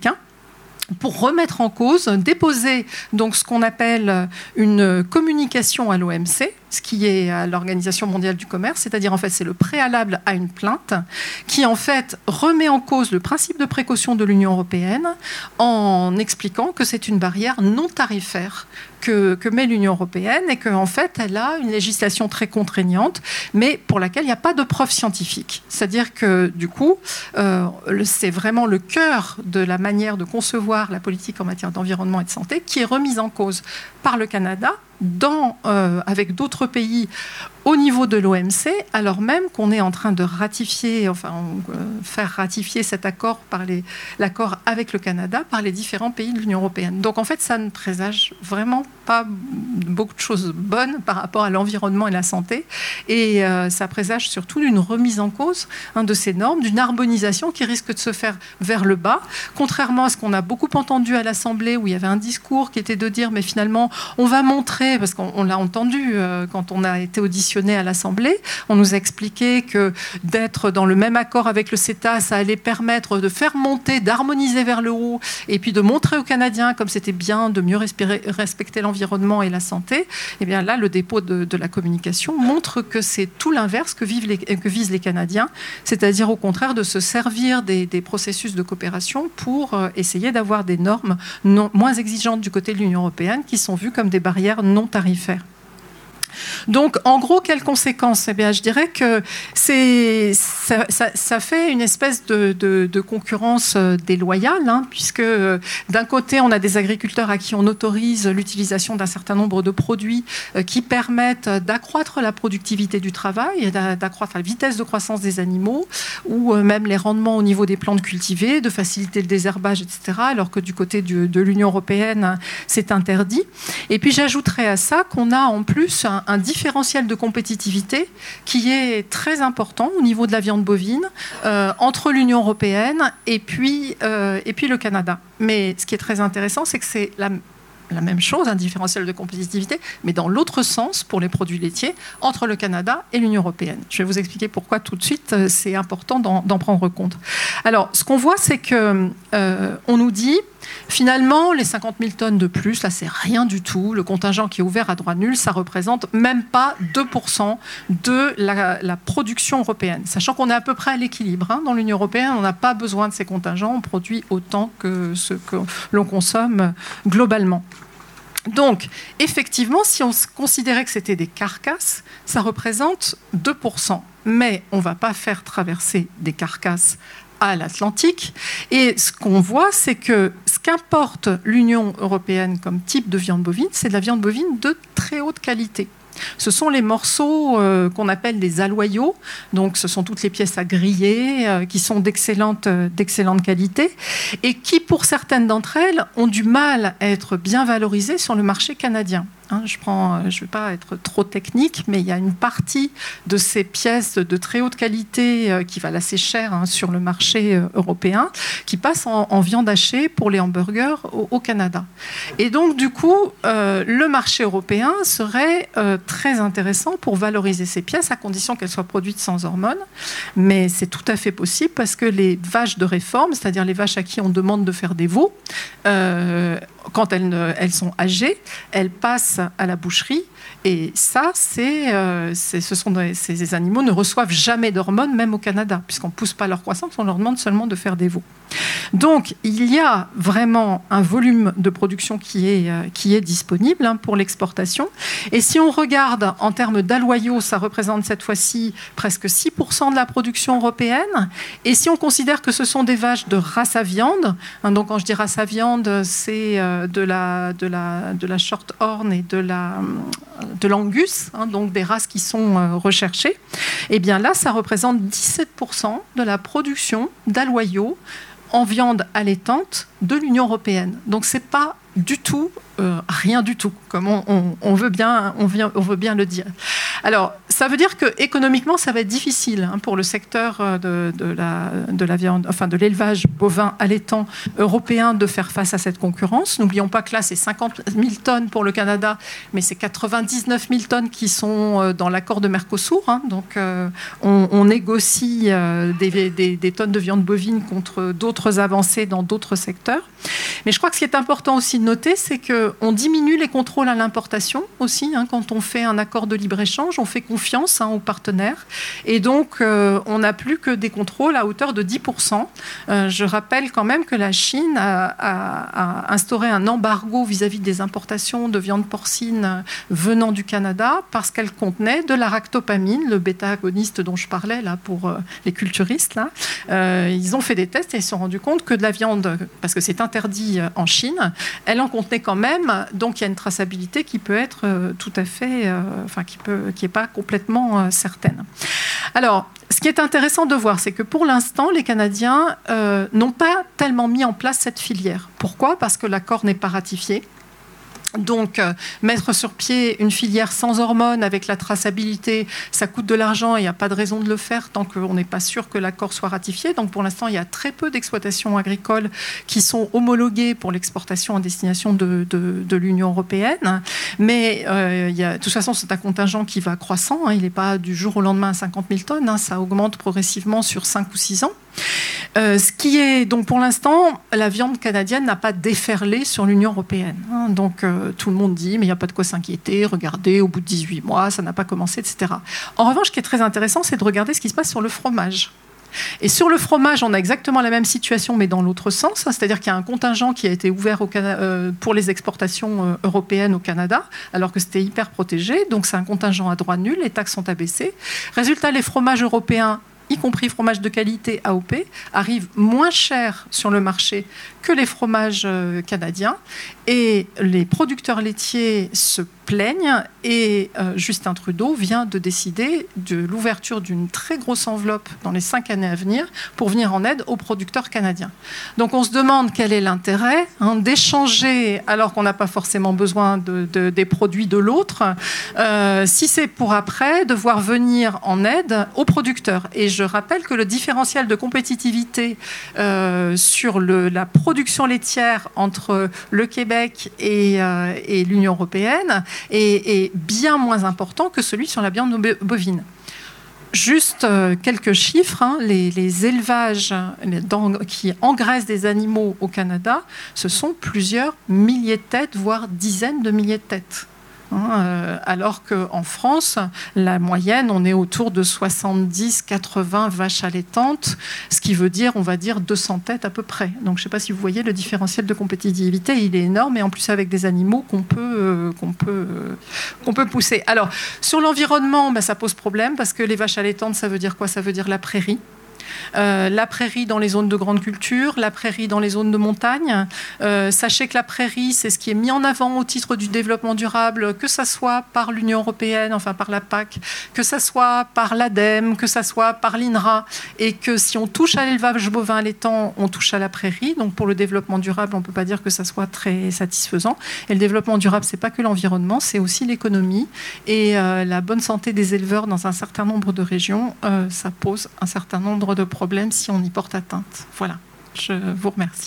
pour remettre en cause, déposer donc ce qu'on appelle une communication à l'O M C, ce qui est à l'Organisation mondiale du commerce, c'est-à-dire en fait c'est le préalable à une plainte qui en fait remet en cause le principe de précaution de l'Union européenne en expliquant que c'est une barrière non tarifaire que, que met l'Union européenne et qu'en fait elle a une législation très contraignante mais pour laquelle il n'y a pas de preuve scientifique. C'est-à-dire que du coup euh, c'est vraiment le cœur de la manière de concevoir la politique en matière d'environnement et de santé qui est remise en cause par le Canada Dans, euh, avec d'autres pays au niveau de l'O M C, alors même qu'on est en train de ratifier, enfin, euh, faire ratifier cet accord par les, l'accord avec le Canada par les différents pays de l'Union européenne. Donc en fait, ça ne présage vraiment pas beaucoup de choses bonnes par rapport à l'environnement et la santé, et euh, ça présage surtout d'une remise en cause hein, de ces normes, d'une harmonisation qui risque de se faire vers le bas, contrairement à ce qu'on a beaucoup entendu à l'Assemblée où il y avait un discours qui était de dire mais finalement on va montrer, parce qu'on on l'a entendu euh, quand on a été auditionné à l'Assemblée, on nous a expliqué que d'être dans le même accord avec le CETA, ça allait permettre de faire monter, d'harmoniser vers le haut, et puis de montrer aux Canadiens comme c'était bien de mieux respirer, respecter l'environnement et la santé. Et bien là, le dépôt de, de la communication montre que c'est tout l'inverse que, vivent les, que visent les Canadiens, c'est-à-dire au contraire de se servir des, des processus de coopération pour euh, essayer d'avoir des normes non, moins exigeantes du côté de l'Union européenne qui sont vues comme des barrières non tarifaires. Donc, en gros, quelles conséquences ? Eh bien, je dirais que c'est, ça, ça, ça fait une espèce de, de, de concurrence déloyale, hein, puisque euh, d'un côté, on a des agriculteurs à qui on autorise l'utilisation d'un certain nombre de produits euh, qui permettent d'accroître la productivité du travail, d'accroître la vitesse de croissance des animaux, ou euh, même les rendements au niveau des plantes cultivées, de faciliter le désherbage, et cetera, alors que du côté du, de l'Union européenne, c'est interdit. Et puis, j'ajouterais à ça qu'on a en plus un un différentiel de compétitivité qui est très important au niveau de la viande bovine euh, entre l'Union européenne et puis, euh, et puis le Canada. Mais ce qui est très intéressant, c'est que c'est la, la même chose, un différentiel de compétitivité, mais dans l'autre sens pour les produits laitiers entre le Canada et l'Union européenne. Je vais vous expliquer pourquoi tout de suite c'est important d'en, d'en prendre compte. Alors, ce qu'on voit, c'est que euh, on nous dit finalement, les cinquante mille tonnes de plus, là, c'est rien du tout. Le contingent qui est ouvert à droit nul, ça représente même pas deux pour cent de la, la production européenne. Sachant qu'on est à peu près à l'équilibre. Hein. Dans l'Union européenne, on n'a pas besoin de ces contingents. On produit autant que ce que l'on consomme globalement. Donc, effectivement, si on considérait que c'était des carcasses, ça représente deux pour cent. Mais on ne va pas faire traverser des carcasses à l'Atlantique. Et ce qu'on voit, c'est que ce qu'importe l'Union européenne comme type de viande bovine, c'est de la viande bovine de très haute qualité. Ce sont les morceaux euh, qu'on appelle les aloyaux. Donc, ce sont toutes les pièces à griller euh, qui sont d'excellente, euh, d'excellente qualité et qui, pour certaines d'entre elles, ont du mal à être bien valorisées sur le marché canadien. Hein, je prends, je ne vais pas être trop technique, mais il y a une partie de ces pièces de très haute qualité euh, qui valent assez cher hein, sur le marché euh, européen, qui passent en, en viande hachée pour les hamburgers au, au Canada. Et donc, du coup, euh, le marché européen serait euh, très intéressant pour valoriser ces pièces, à condition qu'elles soient produites sans hormones. Mais c'est tout à fait possible parce que les vaches de réforme, c'est-à-dire les vaches à qui on demande de faire des veaux, euh, quand elles, elles sont âgées, elles passent à la boucherie. Et ça, c'est, euh, c'est, ce sont des, ces animaux ne reçoivent jamais d'hormones, même au Canada, puisqu'on ne pousse pas leur croissance, on leur demande seulement de faire des veaux. Donc, il y a vraiment un volume de production qui est, euh, qui est disponible hein, pour l'exportation. Et si on regarde en termes d'aloyaux, ça représente cette fois-ci presque six pour cent de la production européenne. Et si on considère que ce sont des vaches de race à viande, hein, donc quand je dis race à viande, c'est euh, de la, de la, de la shorthorn et de la, de l'angus, hein, donc des races qui sont euh, recherchées, et bien là, ça représente dix-sept pour cent de la production d'aloyaux en viande allaitante de l'Union européenne. Donc c'est pas du tout, euh, rien du tout, comme on, on, on, veut bien, on, vient, on veut bien le dire. Alors, ça veut dire que économiquement, ça va être difficile hein, pour le secteur de, de, la, de la viande, enfin de l'élevage bovin allaitant européen de faire face à cette concurrence. N'oublions pas que là, c'est cinquante mille tonnes pour le Canada, mais c'est quatre-vingt-dix-neuf mille tonnes qui sont dans l'accord de Mercosur. Hein, donc, euh, on, on négocie euh, des, des, des tonnes de viande bovine contre d'autres avancées dans d'autres secteurs. Mais je crois que ce qui est important aussi de noter, c'est qu'on diminue les contrôles à l'importation aussi. Hein, quand on fait un accord de libre-échange, on fait confiance hein, aux partenaires. Et donc, euh, on n'a plus que des contrôles à hauteur de dix pour cent. Euh, je rappelle quand même que la Chine a, a, a instauré un embargo vis-à-vis des importations de viande porcine venant du Canada parce qu'elle contenait de la ractopamine, le bêta-agoniste dont je parlais là, pour euh, les culturistes. Là. Euh, ils ont fait des tests et ils se sont rendus compte que de la viande, parce que c'est interdit en Chine, elle en contenait quand même. Donc, il y a une traçabilité qui peut être euh, tout à fait... Euh, enfin, qui peut, qui n'est pas complètement euh, certaine. Alors, ce qui est intéressant de voir, c'est que pour l'instant, les Canadiens euh, n'ont pas tellement mis en place cette filière. Pourquoi ? Parce que l'accord n'est pas ratifié. Donc, euh, mettre sur pied une filière sans hormones avec la traçabilité, ça coûte de l'argent et il n'y a pas de raison de le faire tant qu'on n'est pas sûr que l'accord soit ratifié. Donc, pour l'instant, il y a très peu d'exploitations agricoles qui sont homologuées pour l'exportation en destination de, de, de l'Union européenne. Mais, euh, il y a, de toute façon, c'est un contingent qui va croissant. Hein, il n'est pas du jour au lendemain à cinquante mille tonnes. Hein, ça augmente progressivement sur cinq ou six ans. Euh, ce qui est, donc pour l'instant, la viande canadienne n'a pas déferlé sur l'Union européenne. Hein, donc euh, tout le monde dit, mais il n'y a pas de quoi s'inquiéter, regardez, au bout de dix-huit mois, ça n'a pas commencé, et cetera. En revanche, ce qui est très intéressant, c'est de regarder ce qui se passe sur le fromage. Et sur le fromage, on a exactement la même situation, mais dans l'autre sens. Hein, c'est-à-dire qu'il y a un contingent qui a été ouvert au Cana- euh, pour les exportations euh, européennes au Canada, alors que c'était hyper protégé. Donc c'est un contingent à droit nul, les taxes sont abaissées. Résultat, les fromages européens, y compris fromage de qualité A O P, arrivent moins chers sur le marché que les fromages canadiens. Et les producteurs laitiers se plaignent et euh, Justin Trudeau vient de décider de l'ouverture d'une très grosse enveloppe dans les cinq années à venir pour venir en aide aux producteurs canadiens. Donc on se demande quel est l'intérêt hein, d'échanger alors qu'on n'a pas forcément besoin de, de, des produits de l'autre, euh, si c'est pour après devoir venir en aide aux producteurs. Et je rappelle que le différentiel de compétitivité euh, sur le, la production laitière entre le Québec et, euh, et l'Union européenne est, est bien moins important que celui sur la viande bovine. Juste euh, quelques chiffres, hein, les, les élevages les, dans, qui engraissent des animaux au Canada, ce sont plusieurs milliers de têtes, voire dizaines de milliers de têtes. Hein, euh, alors qu'en France, la moyenne, on est autour de soixante-dix à quatre-vingts vaches allaitantes, ce qui veut dire, on va dire, deux cents têtes à peu près. Donc, je ne sais pas si vous voyez, le différentiel de compétitivité, il est énorme, et en plus avec des animaux qu'on peut, euh, qu'on peut, euh, qu'on peut pousser. Alors, sur l'environnement, ben, ça pose problème, parce que les vaches allaitantes, ça veut dire quoi ? Ça veut dire la prairie. Euh, la prairie dans les zones de grande culture, la prairie dans les zones de montagne. Euh, sachez que la prairie, c'est ce qui est mis en avant au titre du développement durable, que ça soit par l'Union européenne, enfin par la P A C, que ça soit par l'ADEME, que ça soit par l'INRA, et que si on touche à l'élevage bovin allaitant, on touche à la prairie. Donc pour le développement durable, on ne peut pas dire que ça soit très satisfaisant. Et le développement durable, c'est pas que l'environnement, c'est aussi l'économie. Et euh, la bonne santé des éleveurs dans un certain nombre de régions, euh, ça pose un certain nombre de problèmes si on y porte atteinte. Voilà, je vous remercie.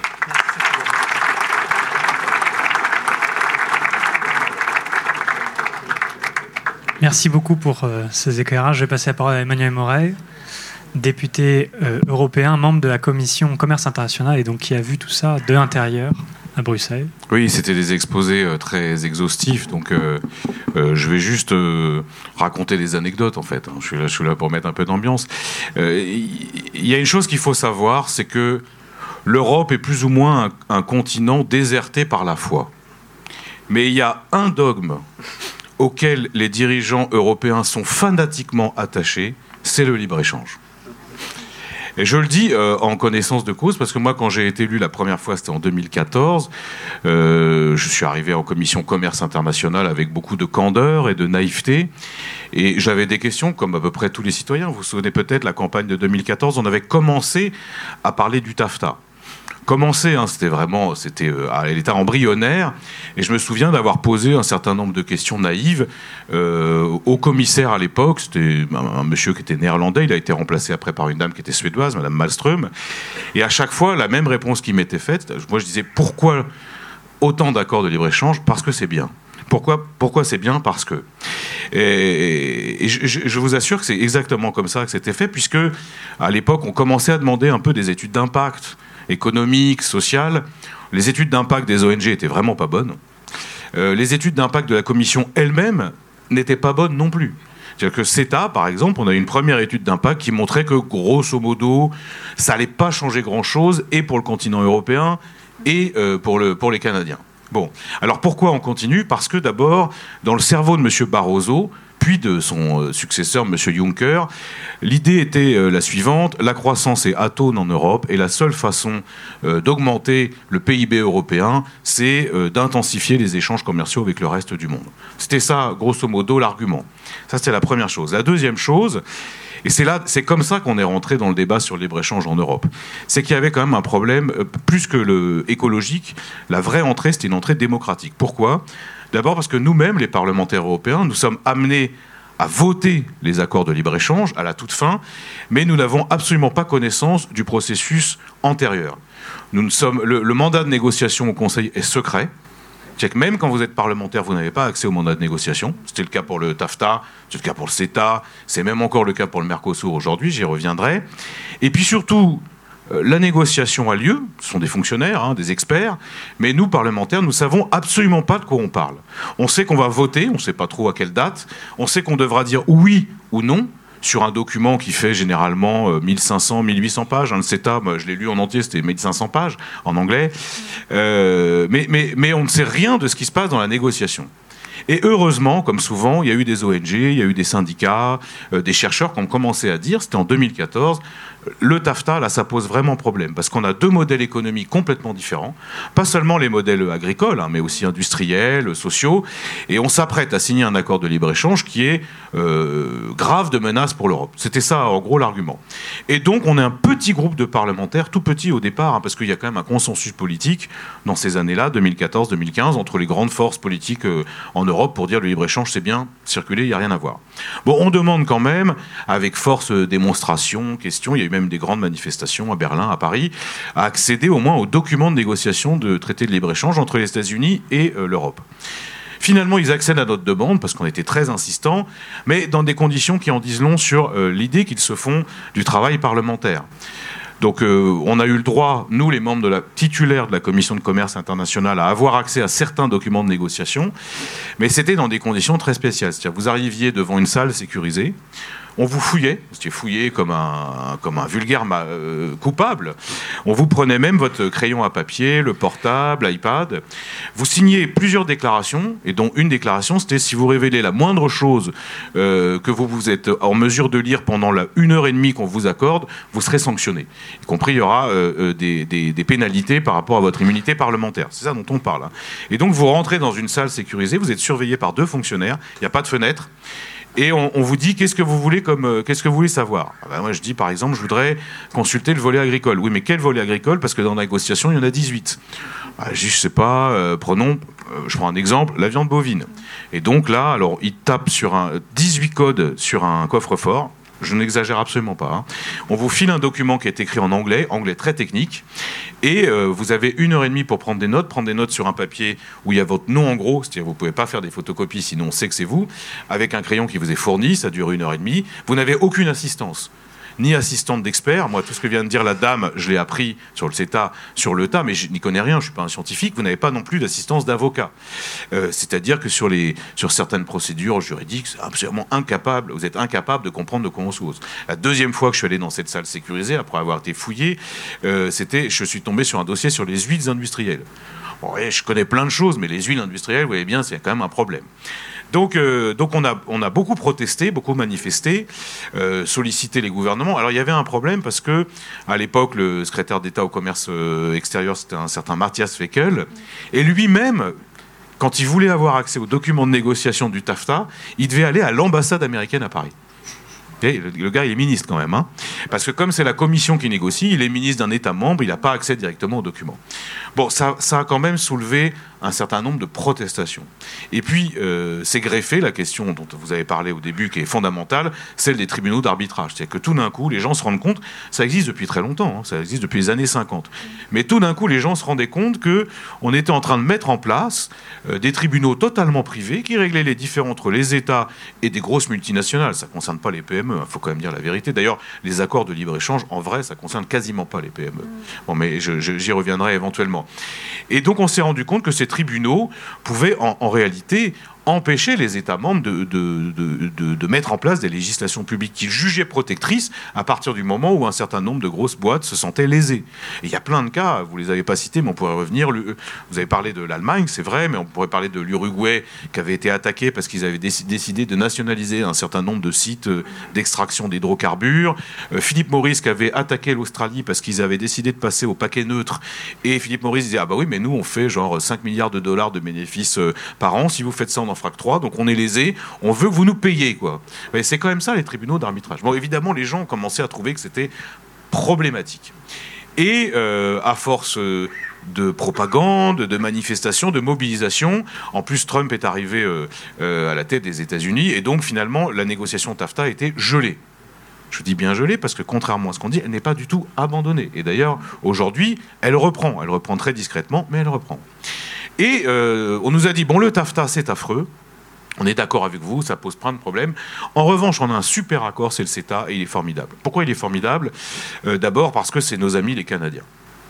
Merci beaucoup pour euh, ces éclairages. Je vais passer la parole à Emmanuel Moret, député euh, européen, membre de la commission commerce international et donc qui a vu tout ça de l'intérieur à Bruxelles. Oui, c'était des exposés euh, très exhaustifs, donc euh, euh, je vais juste euh, raconter des anecdotes en fait. Je suis là, je suis là pour mettre un peu d'ambiance. Il euh, y, y a une chose qu'il faut savoir, c'est que l'Europe est plus ou moins un, un continent déserté par la foi. Mais il y a un dogme auquel les dirigeants européens sont fanatiquement attachés, c'est le libre-échange. Et je le dis euh, en connaissance de cause, parce que moi, quand j'ai été élu la première fois, c'était en deux mille quatorze, euh, je suis arrivé en commission commerce international avec beaucoup de candeur et de naïveté, et j'avais des questions, comme à peu près tous les citoyens. Vous vous souvenez peut-être, la campagne de deux mille quatorze, on avait commencé à parler du TAFTA. Commencé, hein, c'était vraiment, c'était euh, à l'état embryonnaire, et je me souviens d'avoir posé un certain nombre de questions naïves euh, au commissaire à l'époque. C'était un, un monsieur qui était néerlandais, il a été remplacé après par une dame qui était suédoise, Madame Malmström, et à chaque fois la même réponse qui m'était faite. Moi je disais pourquoi autant d'accords de libre-échange? Parce que c'est bien. Pourquoi, pourquoi c'est bien? Parce que. Et, et je, je vous assure que c'est exactement comme ça que c'était fait, puisque à l'époque on commençait à demander un peu des études d'impact économique, sociale. Les études d'impact des O N G étaient vraiment pas bonnes. Euh, les études d'impact de la Commission elle-même n'étaient pas bonnes non plus. C'est-à-dire que CETA, par exemple, on a eu une première étude d'impact qui montrait que, grosso modo, ça n'allait pas changer grand-chose, et pour le continent européen, et euh, pour, le, pour les Canadiens. Bon, alors pourquoi on continue? Parce que d'abord, dans le cerveau de M. Barroso, puis de son successeur, M. Juncker, l'idée était la suivante: la croissance est atone en Europe, et la seule façon d'augmenter le P I B européen, c'est d'intensifier les échanges commerciaux avec le reste du monde. C'était ça, grosso modo, l'argument. Ça, c'était la première chose. La deuxième chose, et c'est là, c'est comme ça qu'on est rentré dans le débat sur le libre-échange en Europe, c'est qu'il y avait quand même un problème, plus que le écologique, la vraie entrée, c'était une entrée démocratique. Pourquoi ? D'abord parce que nous-mêmes, les parlementaires européens, nous sommes amenés à voter les accords de libre-échange à la toute fin, mais nous n'avons absolument pas connaissance du processus antérieur. Nous ne sommes, le, le mandat de négociation au Conseil est secret. C'est que même quand vous êtes parlementaire, vous n'avez pas accès au mandat de négociation. C'était le cas pour le TAFTA, c'est le cas pour le CETA, c'est même encore le cas pour le Mercosur aujourd'hui, j'y reviendrai. Et puis surtout, la négociation a lieu, ce sont des fonctionnaires, hein, des experts, mais nous, parlementaires, nous ne savons absolument pas de quoi on parle. On sait qu'on va voter, on ne sait pas trop à quelle date, on sait qu'on devra dire oui ou non sur un document qui fait généralement euh, mille cinq cents, mille huit cents pages. Hein, le CETA, moi, je l'ai lu en entier, c'était mille cinq cents pages en anglais. Euh, mais, mais, mais on ne sait rien de ce qui se passe dans la négociation. Et heureusement, comme souvent, il y a eu des O N G, il y a eu des syndicats, euh, des chercheurs qui ont commencé à dire, c'était en deux mille quatorze, le TAFTA, là, ça pose vraiment problème, parce qu'on a deux modèles économiques complètement différents, pas seulement les modèles agricoles, hein, mais aussi industriels, sociaux, et on s'apprête à signer un accord de libre-échange qui est euh, grave de menace pour l'Europe. C'était ça, en gros, l'argument. Et donc, on est un petit groupe de parlementaires, tout petit au départ, hein, parce qu'il y a quand même un consensus politique dans ces années-là, deux mille quatorze deux mille quinze, entre les grandes forces politiques euh, en Europe pour dire le libre-échange, c'est bien, circuler, il n'y a rien à voir. Bon, on demande quand même, avec force euh, démonstration, question, il y a eu même des grandes manifestations à Berlin, à Paris, à accéder au moins aux documents de négociation de traité de libre-échange entre les États-Unis et euh, l'Europe. Finalement, ils accèdent à notre demande parce qu'on était très insistants, mais dans des conditions qui en disent long sur euh, l'idée qu'ils se font du travail parlementaire. Donc euh, on a eu le droit, nous les membres de la titulaire de la Commission de commerce international, à avoir accès à certains documents de négociation, mais c'était dans des conditions très spéciales. C'est-à-dire que vous arriviez devant une salle sécurisée, on vous fouillait, vous étiez fouillé comme un, comme un vulgaire euh, coupable. On vous prenait même votre crayon à papier, le portable, l'iPad. Vous signiez plusieurs déclarations, et dont une déclaration, c'était si vous révélez la moindre chose euh, que vous, vous êtes en mesure de lire pendant la une heure et demie qu'on vous accorde, vous serez sanctionné. Y compris, il y aura euh, des, des, des pénalités par rapport à votre immunité parlementaire. C'est ça dont on parle. Hein. Et donc, vous rentrez dans une salle sécurisée, vous êtes surveillé par deux fonctionnaires, il n'y a pas de fenêtre. Et on, on vous dit qu'est-ce que vous voulez comme euh, qu'est-ce que vous voulez savoir. Ah ben moi je dis par exemple je voudrais consulter le volet agricole. Oui mais quel volet agricole? Parce que dans la négociation il y en a dix-huit. Ah, je dis je sais pas. Euh, prenons, euh, je prends un exemple, la viande bovine. Et donc là alors ils tapent sur un dix-huit codes sur un coffre-fort. Je n'exagère absolument pas. Hein. On vous file un document qui est écrit en anglais, anglais très technique, et euh, vous avez une heure et demie pour prendre des notes, prendre des notes sur un papier où il y a votre nom en gros, c'est-à-dire vous ne pouvez pas faire des photocopies, sinon on sait que c'est vous, avec un crayon qui vous est fourni, ça dure une heure et demie, vous n'avez aucune assistance. ni assistante d'expert. Moi, tout ce que vient de dire la dame, je l'ai appris sur le CETA, sur le tas, mais je n'y connais rien, je ne suis pas un scientifique. Vous n'avez pas non plus d'assistance d'avocat. Euh, c'est-à-dire que sur, les, sur certaines procédures juridiques, c'est absolument incapable, vous êtes incapable de comprendre de quoi on se pose. La deuxième fois que je suis allé dans cette salle sécurisée, après avoir été fouillé, euh, c'était, je suis tombé sur un dossier sur les huiles industrielles. Bon, ouais, je connais plein de choses, mais les huiles industrielles, vous voyez bien, c'est quand même un problème. Donc, euh, donc on, a, on a beaucoup protesté, beaucoup manifesté, euh, sollicité les gouvernements. Alors il y avait un problème parce que à l'époque, le secrétaire d'État au commerce euh, extérieur, c'était un certain Matthias Fekl, et lui-même, quand il voulait avoir accès aux documents de négociation du TAFTA, il devait aller à l'ambassade américaine à Paris. Et le, le gars, il est ministre quand même, hein, parce que comme c'est la commission qui négocie, il est ministre d'un État membre, il n'a pas accès directement aux documents. Bon, ça, ça a quand même soulevé un certain nombre de protestations. Et puis, euh, c'est greffé la question dont vous avez parlé au début, qui est fondamentale, celle des tribunaux d'arbitrage. C'est-à-dire que tout d'un coup, les gens se rendent compte, ça existe depuis très longtemps, hein, ça existe depuis les années cinquante, mais tout d'un coup, les gens se rendaient compte qu'on était en train de mettre en place euh, des tribunaux totalement privés qui réglaient les différends entre les États et des grosses multinationales. Ça ne concerne pas les P M E, il faut quand même dire la vérité. D'ailleurs, les accords de libre-échange, en vrai, ça ne concerne quasiment pas les P M E. Bon, mais je, je, j'y reviendrai éventuellement. Et donc, on s'est rendu compte que ces tribunaux pouvaient en, en réalité empêcher les États membres de, de, de, de, de mettre en place des législations publiques qu'ils jugeaient protectrices à partir du moment où un certain nombre de grosses boîtes se sentaient lésées. Et il y a plein de cas, vous ne les avez pas cités, mais on pourrait revenir. Vous avez parlé de l'Allemagne, c'est vrai, mais on pourrait parler de l'Uruguay qui avait été attaqué parce qu'ils avaient décidé de nationaliser un certain nombre de sites d'extraction d'hydrocarbures. Philippe Morris qui avait attaqué l'Australie parce qu'ils avaient décidé de passer au paquet neutre. Et Philippe Morris disait « Ah bah oui, mais nous, on fait genre cinq milliards de dollars de bénéfices par an. Si vous faites ça, on en fera que trois, donc on est lésés, on veut que vous nous payiez, quoi. » Et c'est quand même ça, les tribunaux d'arbitrage. Bon, évidemment, les gens ont commencé à trouver que c'était problématique. Et euh, à force euh, de propagande, de manifestations, de mobilisation, en plus, Trump est arrivé euh, euh, à la tête des États-Unis, et donc, finalement, la négociation TAFTA a été gelée. Je dis bien gelée parce que, contrairement à ce qu'on dit, elle n'est pas du tout abandonnée. Et d'ailleurs, aujourd'hui, elle reprend. Elle reprend très discrètement, mais elle reprend. Et euh, on nous a dit, bon, le TAFTA, c'est affreux. On est d'accord avec vous, ça pose plein de problèmes. En revanche, on a un super accord, c'est le CETA, et il est formidable. Pourquoi il est formidable ? euh, D'abord parce que c'est nos amis les Canadiens.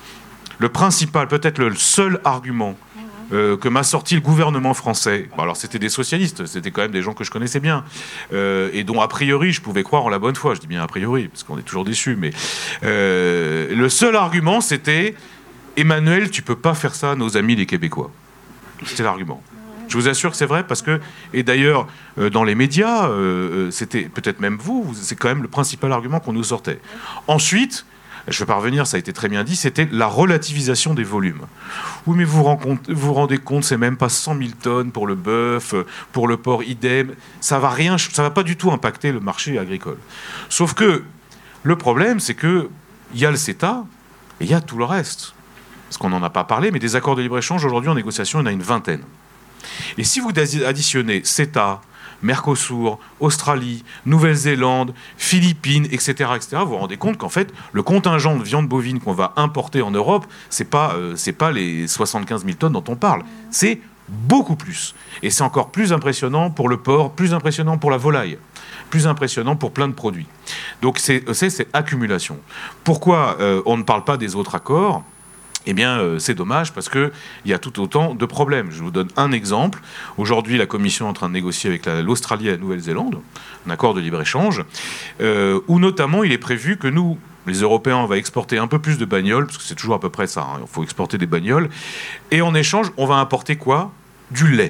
Le principal, peut-être le seul argument euh, que m'a sorti le gouvernement français, bon, alors c'était des socialistes, c'était quand même des gens que je connaissais bien, euh, et dont a priori je pouvais croire en la bonne foi. Je dis bien a priori, parce qu'on est toujours déçus, mais euh, le seul argument, c'était « Emmanuel, tu peux pas faire ça à nos amis les Québécois ». C'était l'argument. Je vous assure que c'est vrai parce que, et d'ailleurs, euh, dans les médias, euh, c'était peut-être même vous, c'est quand même le principal argument qu'on nous sortait. Ensuite, je ne vais pas revenir, ça a été très bien dit, c'était la relativisation des volumes. Oui, mais vous vous vous rendez compte, c'est même pas cent mille tonnes pour le bœuf, pour le porc, idem. Ça va rien, ça va pas du tout impacter le marché agricole. Sauf que le problème, c'est que il y a le CETA et il y a tout le reste. Parce qu'on n'en a pas parlé, mais des accords de libre-échange, aujourd'hui, en négociation, il y en a une vingtaine. Et si vous additionnez CETA, Mercosur, Australie, Nouvelle-Zélande, Philippines, et cetera, et cetera, vous vous rendez compte qu'en fait, le contingent de viande bovine qu'on va importer en Europe, c'est pas, euh, c'est pas les soixante-quinze mille tonnes dont on parle, c'est beaucoup plus. Et c'est encore plus impressionnant pour le porc, plus impressionnant pour la volaille, plus impressionnant pour plein de produits. Donc c'est, c'est, c'est accumulation. Pourquoi euh, on ne parle pas des autres accords ? Eh bien, euh, c'est dommage parce qu'il y a tout autant de problèmes. Je vous donne un exemple. Aujourd'hui, la Commission est en train de négocier avec la, l'Australie et la Nouvelle-Zélande un accord de libre-échange euh, où notamment il est prévu que nous, les Européens, on va exporter un peu plus de bagnoles, parce que c'est toujours à peu près ça, hein, il faut exporter des bagnoles, et en échange, on va importer quoi ? Du lait.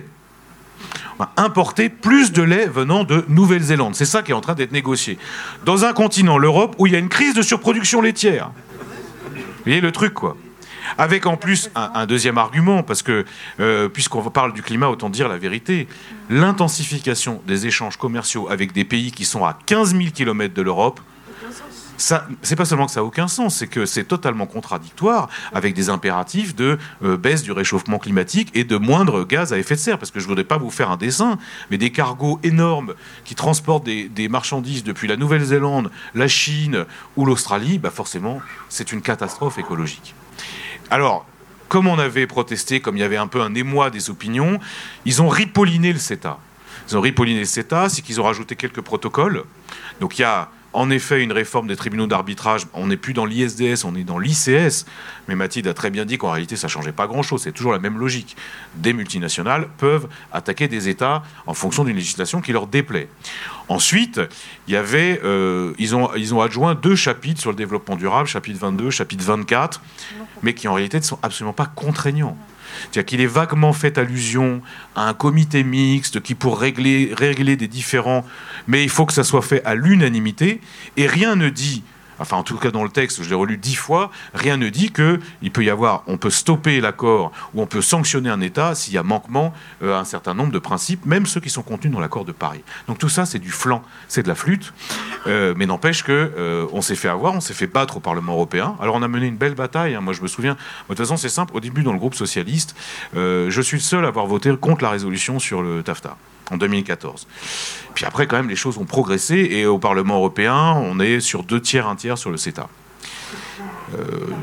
On va importer plus de lait venant de Nouvelle-Zélande. C'est ça qui est en train d'être négocié. Dans un continent, l'Europe, où il y a une crise de surproduction laitière. Vous voyez le truc, quoi. Avec en plus un, un deuxième argument, parce que euh, puisqu'on parle du climat, autant dire la vérité, l'intensification des échanges commerciaux avec des pays qui sont à quinze mille kilomètres de l'Europe, ça, c'est pas seulement que ça n'a aucun sens, c'est que c'est totalement contradictoire avec des impératifs de euh, baisse du réchauffement climatique et de moindre gaz à effet de serre. Parce que je ne voudrais pas vous faire un dessin, mais des cargos énormes qui transportent des, des marchandises depuis la Nouvelle-Zélande, la Chine ou l'Australie, bah forcément, c'est une catastrophe écologique. Alors, comme on avait protesté, comme il y avait un peu un émoi des opinions, ils ont ripolliné le CETA. Ils ont ripolliné le CETA, c'est qu'ils ont rajouté quelques protocoles. Donc il y a en effet une réforme des tribunaux d'arbitrage. On n'est plus dans l'I S D S, on est dans l'I C S. Mais Mathilde a très bien dit qu'en réalité, ça ne changeait pas grand-chose. C'est toujours la même logique. Des multinationales peuvent attaquer des États en fonction d'une législation qui leur déplaît. Ensuite, il y avait, euh, ils, ont, ils ont adjoint deux chapitres sur le développement durable, chapitre vingt-deux, chapitre vingt-quatre, mais qui en réalité ne sont absolument pas contraignants. C'est-à-dire qu'il est vaguement fait allusion à un comité mixte qui pourrait régler, régler des différends, mais il faut que ça soit fait à l'unanimité, et rien ne dit, enfin en tout cas dans le texte, je l'ai relu dix fois, rien ne dit qu'il peut y avoir, on peut stopper l'accord ou on peut sanctionner un État s'il y a manquement euh, à un certain nombre de principes, même ceux qui sont contenus dans l'accord de Paris. Donc tout ça, c'est du flan, c'est de la flûte, euh, mais n'empêche qu'on euh, s'est fait avoir, on s'est fait battre au Parlement européen. Alors on a mené une belle bataille, hein. Moi je me souviens, de toute façon c'est simple, au début dans le groupe socialiste, euh, je suis le seul à avoir voté contre la résolution sur le TAFTA. En deux mille quatorze. Puis après, quand même, les choses ont progressé et au Parlement européen, on est sur deux tiers, un tiers sur le CETA. Euh,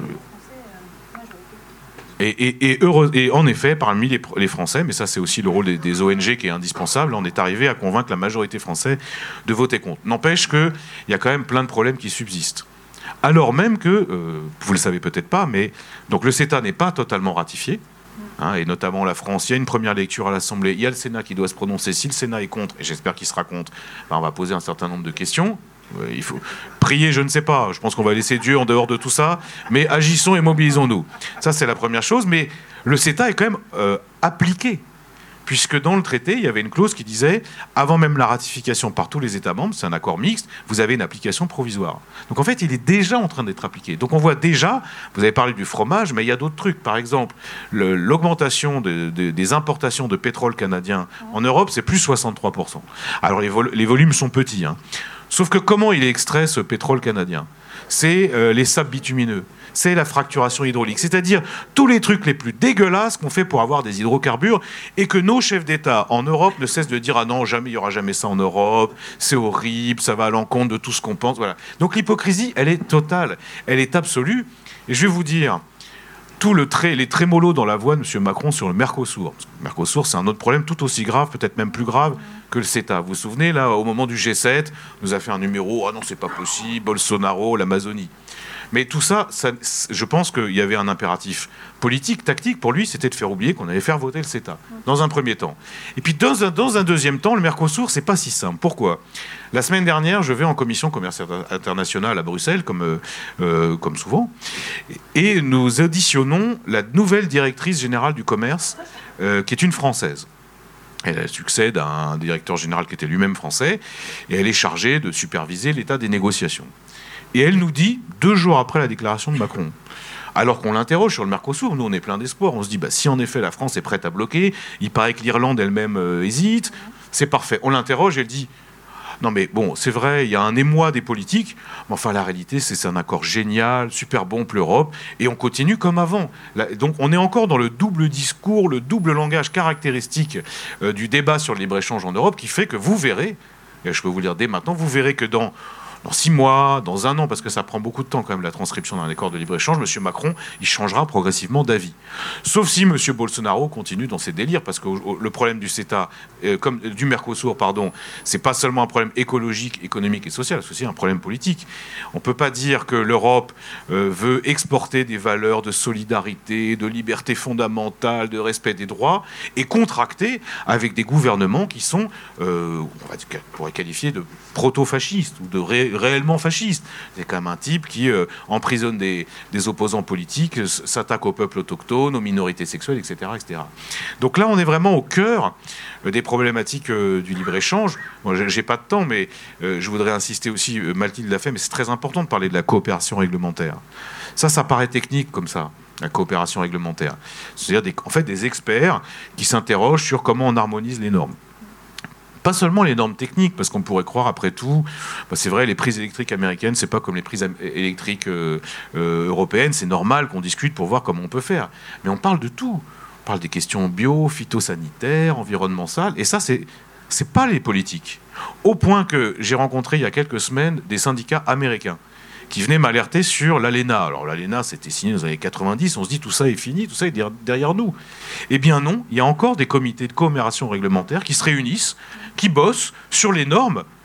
et, et, et, heureux, et en effet, parmi les, les Français, mais ça c'est aussi le rôle des, des O N G qui est indispensable, on est arrivé à convaincre la majorité française de voter contre. N'empêche qu'il y a quand même plein de problèmes qui subsistent. Alors même que, euh, vous le savez peut-être pas, mais donc le CETA n'est pas totalement ratifié. Hein, et notamment la France, il y a une première lecture à l'Assemblée, il y a le Sénat qui doit se prononcer. Si le Sénat est contre, et j'espère qu'il sera contre, ben on va poser un certain nombre de questions. Euh, il faut prier, je ne sais pas, je pense qu'on va laisser Dieu en dehors de tout ça, mais agissons et mobilisons-nous. Ça, c'est la première chose, mais le CETA est quand même euh, appliqué. Puisque dans le traité, il y avait une clause qui disait, avant même la ratification par tous les États membres, c'est un accord mixte, vous avez une application provisoire. Donc en fait, il est déjà en train d'être appliqué. Donc on voit déjà, vous avez parlé du fromage, mais il y a d'autres trucs. Par exemple, le, l'augmentation de, de, des importations de pétrole canadien en Europe, c'est plus soixante-trois pour cent. Alors les, vol- les volumes sont petits, hein. Sauf que comment il est extrait, ce pétrole canadien ? C'est euh, les sables bitumineux. C'est la fracturation hydraulique. C'est-à-dire tous les trucs les plus dégueulasses qu'on fait pour avoir des hydrocarbures et que nos chefs d'État en Europe ne cessent de dire « Ah non, jamais, il n'y aura jamais ça en Europe, c'est horrible, ça va à l'encontre de tout ce qu'on pense. » Voilà. Donc l'hypocrisie, elle est totale, elle est absolue. Et je vais vous dire, tout le trait, les trémolos dans la voix de M. Macron sur le Mercosur. Parce que le Mercosur, c'est un autre problème tout aussi grave, peut-être même plus grave que le CETA. Vous vous souvenez, là, au moment du G sept, on nous a fait un numéro « Ah non, c'est pas possible, Bolsonaro, l'Amazonie ». Mais tout ça, ça, je pense qu'il y avait un impératif politique, tactique. Pour lui, c'était de faire oublier qu'on allait faire voter le CETA, dans un premier temps. Et puis, dans un, dans un deuxième temps, le Mercosur, c'est pas si simple. Pourquoi ? La semaine dernière, je vais en commission commerce internationale à Bruxelles, comme, euh, euh, comme souvent, et nous auditionnons la nouvelle directrice générale du commerce, euh, qui est une Française. Elle succède à un directeur général qui était lui-même français, et elle est chargée de superviser l'état des négociations. Et elle nous dit, deux jours après la déclaration de Macron, alors qu'on l'interroge sur le Mercosur, nous on est plein d'espoir, on se dit, bah, si en effet la France est prête à bloquer, il paraît que l'Irlande elle-même euh, hésite, c'est parfait. On l'interroge et elle dit, non mais bon, c'est vrai, il y a un émoi des politiques, mais enfin la réalité c'est c'est un accord génial, super bon pour l'Europe, et on continue comme avant. Là, donc on est encore dans le double discours, le double langage caractéristique euh, du débat sur le libre-échange en Europe, qui fait que vous verrez, et je peux vous le dire dès maintenant, vous verrez que dans... dans six mois, dans un an, parce que ça prend beaucoup de temps quand même la transcription d'un accord de libre-échange, M. Macron, il changera progressivement d'avis. Sauf si M. Bolsonaro continue dans ses délires, parce que le problème du CETA, euh, comme du Mercosur, pardon, c'est pas seulement un problème écologique, économique et social, c'est aussi un problème politique. On peut pas dire que l'Europe euh, veut exporter des valeurs de solidarité, de liberté fondamentale, de respect des droits, et contracter avec des gouvernements qui sont, euh, on va dire, on pourrait qualifier de proto-fascistes ou de ré réellement fasciste. C'est quand même un type qui euh, emprisonne des, des opposants politiques, s'attaque au peuple autochtone, aux minorités sexuelles, et cetera, et cetera. Donc là, on est vraiment au cœur euh, des problématiques euh, du libre-échange. Moi, j'ai pas de temps, mais euh, je voudrais insister aussi, euh, Mathilde l'a fait, mais c'est très important de parler de la coopération réglementaire. Ça, ça paraît technique comme ça, la coopération réglementaire. C'est-à-dire, des, en fait, des experts qui s'interrogent sur comment on harmonise les normes. Pas seulement les normes techniques, parce qu'on pourrait croire, après tout, bah c'est vrai, les prises électriques américaines, c'est pas comme les prises électriques euh, euh, européennes, c'est normal qu'on discute pour voir comment on peut faire. Mais on parle de tout. On parle des questions bio, phytosanitaires, environnementales, et ça, c'est, c'est pas les politiques. Au point que j'ai rencontré il y a quelques semaines des syndicats américains qui venaient m'alerter sur l'ALENA. Alors l'ALENA, c'était signé dans les années quatre-vingt-dix, on se dit tout ça est fini, tout ça est derrière nous. Eh bien non, il y a encore des comités de coopération réglementaire qui se réunissent, qui bossent sur les normes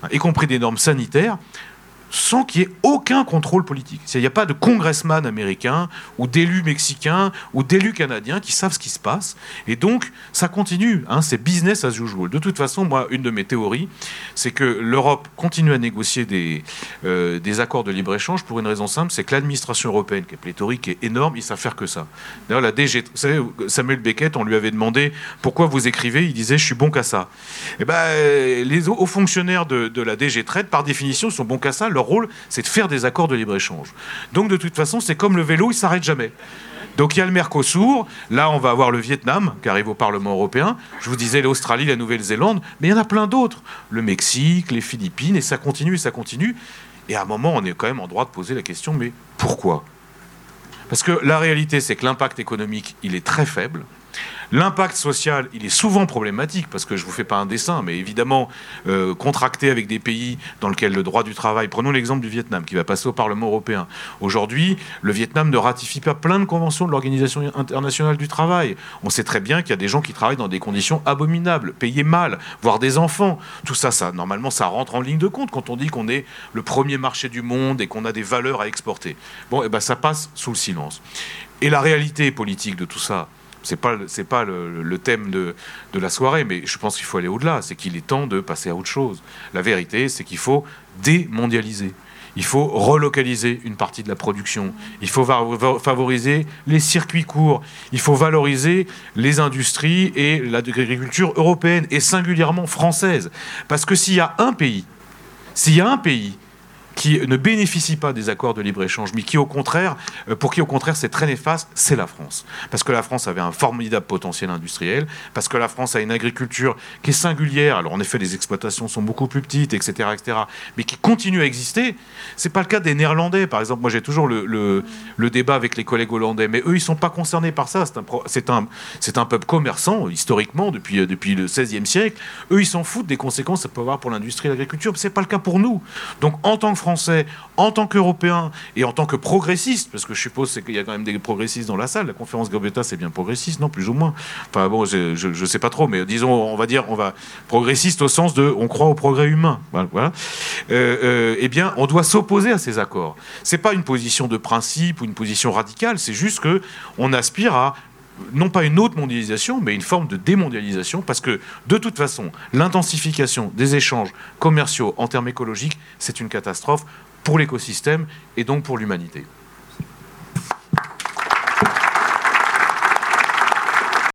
y compris des normes sanitaires, sans qu'il y ait aucun contrôle politique. Il n'y a pas de congressman américain ou d'élus mexicains ou d'élus canadiens qui savent ce qui se passe. Et donc, ça continue. Hein, c'est business as usual. De toute façon, moi, une de mes théories, c'est que l'Europe continue à négocier des, euh, des accords de libre-échange pour une raison simple, c'est que l'administration européenne, qui est pléthorique, est énorme, ils savent faire que ça. D'ailleurs, la D G... Vous savez, Samuel Beckett, on lui avait demandé pourquoi vous écrivez, il disait « je suis bon qu'à ça ». Eh ben, les hauts fonctionnaires de, de la D G Trade, par définition, sont bons qu'à ça. Leur rôle, c'est de faire des accords de libre-échange. Donc, de toute façon, c'est comme le vélo, il ne s'arrête jamais. Donc, il y a le Mercosur. Là, on va avoir le Vietnam qui arrive au Parlement européen. Je vous disais l'Australie, la Nouvelle-Zélande. Mais il y en a plein d'autres. Le Mexique, les Philippines. Et ça continue, et ça continue. Et à un moment, on est quand même en droit de poser la question, mais pourquoi ? Parce que la réalité, c'est que l'impact économique, il est très faible. L'impact social, il est souvent problématique, parce que je ne vous fais pas un dessin, mais évidemment, euh, contracté avec des pays dans lesquels le droit du travail... Prenons l'exemple du Vietnam, qui va passer au Parlement européen. Aujourd'hui, le Vietnam ne ratifie pas plein de conventions de l'Organisation internationale du travail. On sait très bien qu'il y a des gens qui travaillent dans des conditions abominables, payés mal, voire des enfants. Tout ça, ça, normalement, ça rentre en ligne de compte quand on dit qu'on est le premier marché du monde et qu'on a des valeurs à exporter. Bon, et ben ça passe sous le silence. Et la réalité politique de tout ça, c'est pas c'est pas le, le thème de, de la soirée, mais je pense qu'il faut aller au-delà. C'est qu'il est temps de passer à autre chose. La vérité, c'est qu'il faut démondialiser. Il faut relocaliser une partie de la production. Il faut favoriser les circuits courts. Il faut valoriser les industries et l'agriculture européenne, et singulièrement française. Parce que s'il y a un pays, s'il y a un pays qui ne bénéficie pas des accords de libre-échange, mais qui, au contraire, pour qui, au contraire, c'est très néfaste, c'est la France. Parce que la France avait un formidable potentiel industriel, parce que la France a une agriculture qui est singulière. Alors, en effet, les exploitations sont beaucoup plus petites, et cetera, et cetera, mais qui continue à exister. C'est pas le cas des Néerlandais, par exemple. Moi, j'ai toujours le, le, le débat avec les collègues hollandais, mais eux, ils sont pas concernés par ça. C'est un, c'est un, c'est un peuple commerçant, historiquement, depuis, depuis le seizième siècle. Eux, ils s'en foutent des conséquences que ça peut avoir pour l'industrie et l'agriculture, mais c'est pas le cas pour nous. Donc, en tant que Français, en tant qu'Européens et en tant que progressistes, parce que je suppose qu'il y a quand même des progressistes dans la salle, la conférence Gambetta c'est bien progressiste, non, plus ou moins. Enfin bon, je, je, je sais pas trop, mais disons, on va dire, on va progressiste au sens de, on croit au progrès humain. Voilà. Euh, euh, eh bien, on doit s'opposer à ces accords. C'est pas une position de principe ou une position radicale, c'est juste que on aspire à non pas une autre mondialisation, mais une forme de démondialisation, parce que, de toute façon, l'intensification des échanges commerciaux en termes écologiques, c'est une catastrophe pour l'écosystème et donc pour l'humanité.